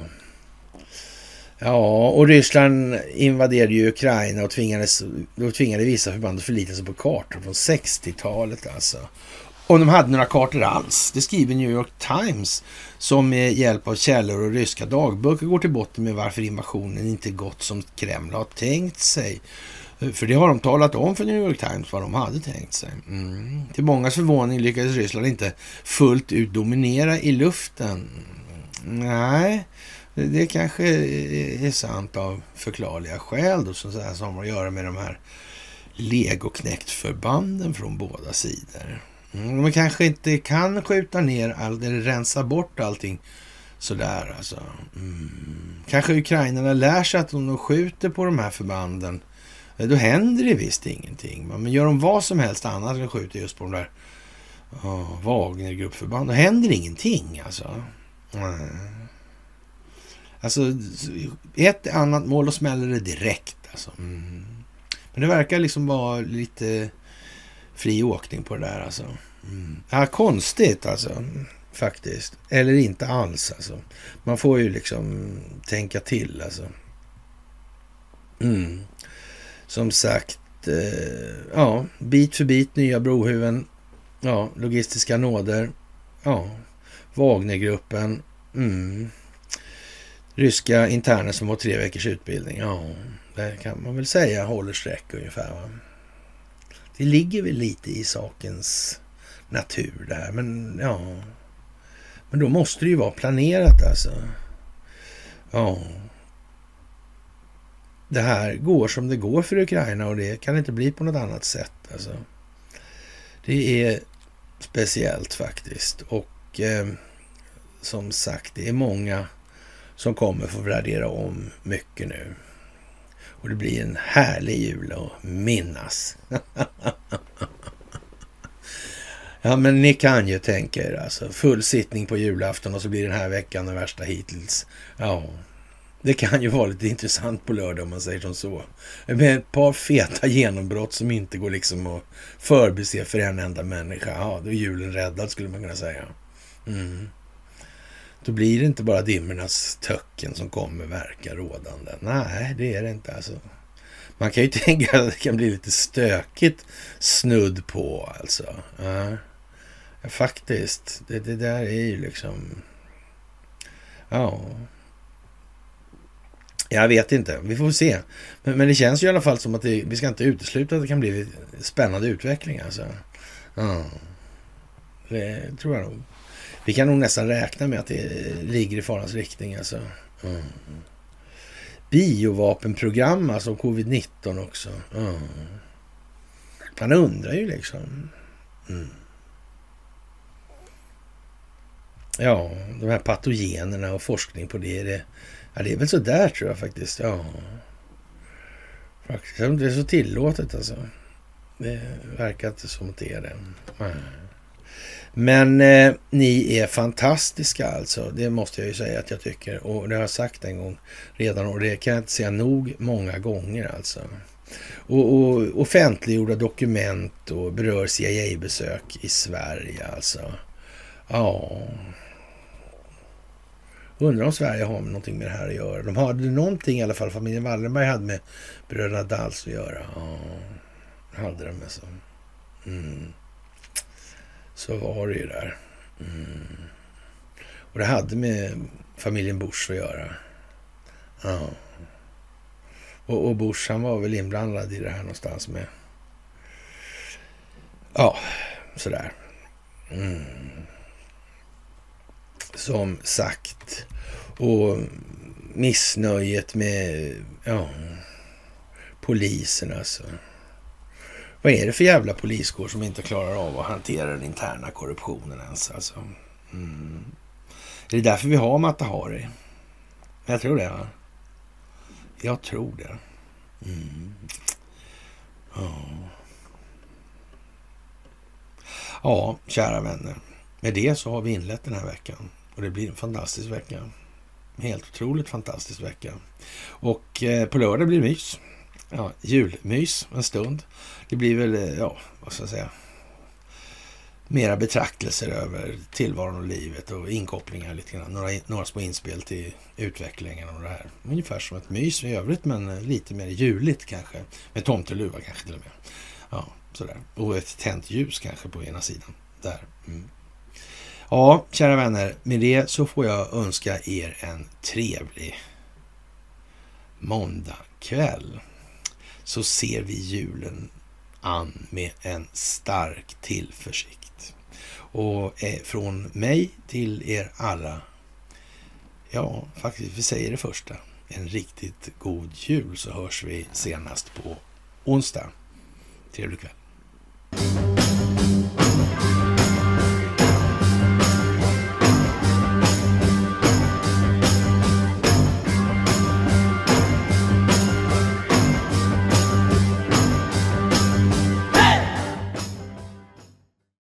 Ja, och Ryssland invaderade ju Ukraina och tvingade vissa förband att förlita sig på kartor från 60-talet alltså. Om de hade några kartor alls. Det skriver New York Times som med hjälp av källor och ryska dagböcker går till botten med varför invasionen inte gått som Kreml har tänkt sig. För det har de talat om för New York Times vad de hade tänkt sig. Till mångas förvåning lyckades Ryssland inte fullt ut dominera i luften. Nej, det kanske är sant av förklarliga skäl då, som har att göra med de här legoknäckt-förbanden från båda sidor. De kanske inte kan skjuta ner allt eller rensa bort allting sådär alltså. Kanske ukrainarna lär sig att om de skjuter på de här förbanden då händer det visst ingenting. Men gör de vad som helst annat än skjuter just på de där Wagner-gruppförband, då händer ingenting alltså. Alltså ett annat mål och smäller det direkt alltså. Men det verkar liksom vara lite fri åkning på det där alltså. Ja, konstigt alltså faktiskt. Eller inte alls alltså. Man får ju liksom tänka till alltså. Som sagt, ja, bit för bit nya brohuven, ja, logistiska nåder, ja, Wagnergruppen, ryska interner som har 3 veckors utbildning, ja, det kan man väl säga håller streck ungefär, va? Det ligger väl lite i sakens natur där, men ja, men då måste det ju vara planerat alltså, ja. Det här går som det går för Ukraina och det kan inte bli på något annat sätt. Alltså. Det är speciellt faktiskt. Och som sagt, det är många som kommer få värdera om mycket nu. Och det blir en härlig jul att minnas. Ja, men ni kan ju tänka er alltså. Full sittning på julafton och så blir den här veckan den värsta hittills. Ja. Det kan ju vara lite intressant på lördag om man säger som så. Med ett par feta genombrott som inte går liksom att förbise för en enda människa. Ja, då är julen räddad skulle man kunna säga. Då blir det inte bara dimmernas töcken som kommer verka rådande. Nej, det är det inte alltså. Man kan ju tänka att det kan bli lite stökigt snudd på alltså. Ja, faktiskt. Det där är ju liksom... Ja... Jag vet inte, vi får se. Men det känns ju i alla fall som att vi ska inte utesluta att det kan bli lite spännande utveckling. Alltså. Det tror jag nog. Vi kan nog nästan räkna med att det ligger i farans riktning. Alltså. Biovapenprogram, alltså covid-19 också. Man undrar ju liksom. Ja, de här patogenerna och forskning på det. Ja, det är väl så där tror jag faktiskt. Ja. Faktiskt. Det är så tillåtet alltså. Det verkar inte som att det är det. Men ni är fantastiska alltså. Det måste jag ju säga att jag tycker. Och det har jag sagt en gång redan. Och det kan jag inte säga nog många gånger alltså. Och offentliggjorda dokument och berör CIA-besök i Sverige alltså. Ja. Undrar om Sverige har någonting med det här att göra. De hade någonting i alla fall. Familjen Wallenberg hade med bröderna Dals att göra. Ja, hade de med så. Så var det ju där. Och det hade med familjen Bush att göra. Ja. Och Bush, han var väl inblandad i det här någonstans med. Ja, sådär. Som sagt. Och missnöjet med polisen alltså. Vad är det för jävla poliskår som inte klarar av att hantera den interna korruptionen ens alltså? Är det därför vi har Mata Hari? Jag tror det, va? Jag tror det. Ja, kära vänner. Med det så har vi inlett den här veckan. Och det blir en fantastisk vecka. Helt otroligt fantastisk vecka. Och på lördag blir det mys. Ja, julmys en stund. Det blir väl, vad ska jag säga, mera betraktelser över tillvaron och livet och inkopplingar lite grann. Några små inspel till utvecklingen och det här. Ungefär som ett mys i övrigt, men lite mer juligt kanske. Med tomteluva kanske till och med. Ja, sådär. Och ett tänt ljus kanske på ena sidan. Där. Ja, kära vänner. Med det så får jag önska er en trevlig måndagkväll. Så ser vi julen an med en stark tillförsikt. Och från mig till er alla, ja faktiskt vi säger det första, en riktigt god jul, så hörs vi senast på onsdag. Trevlig kväll.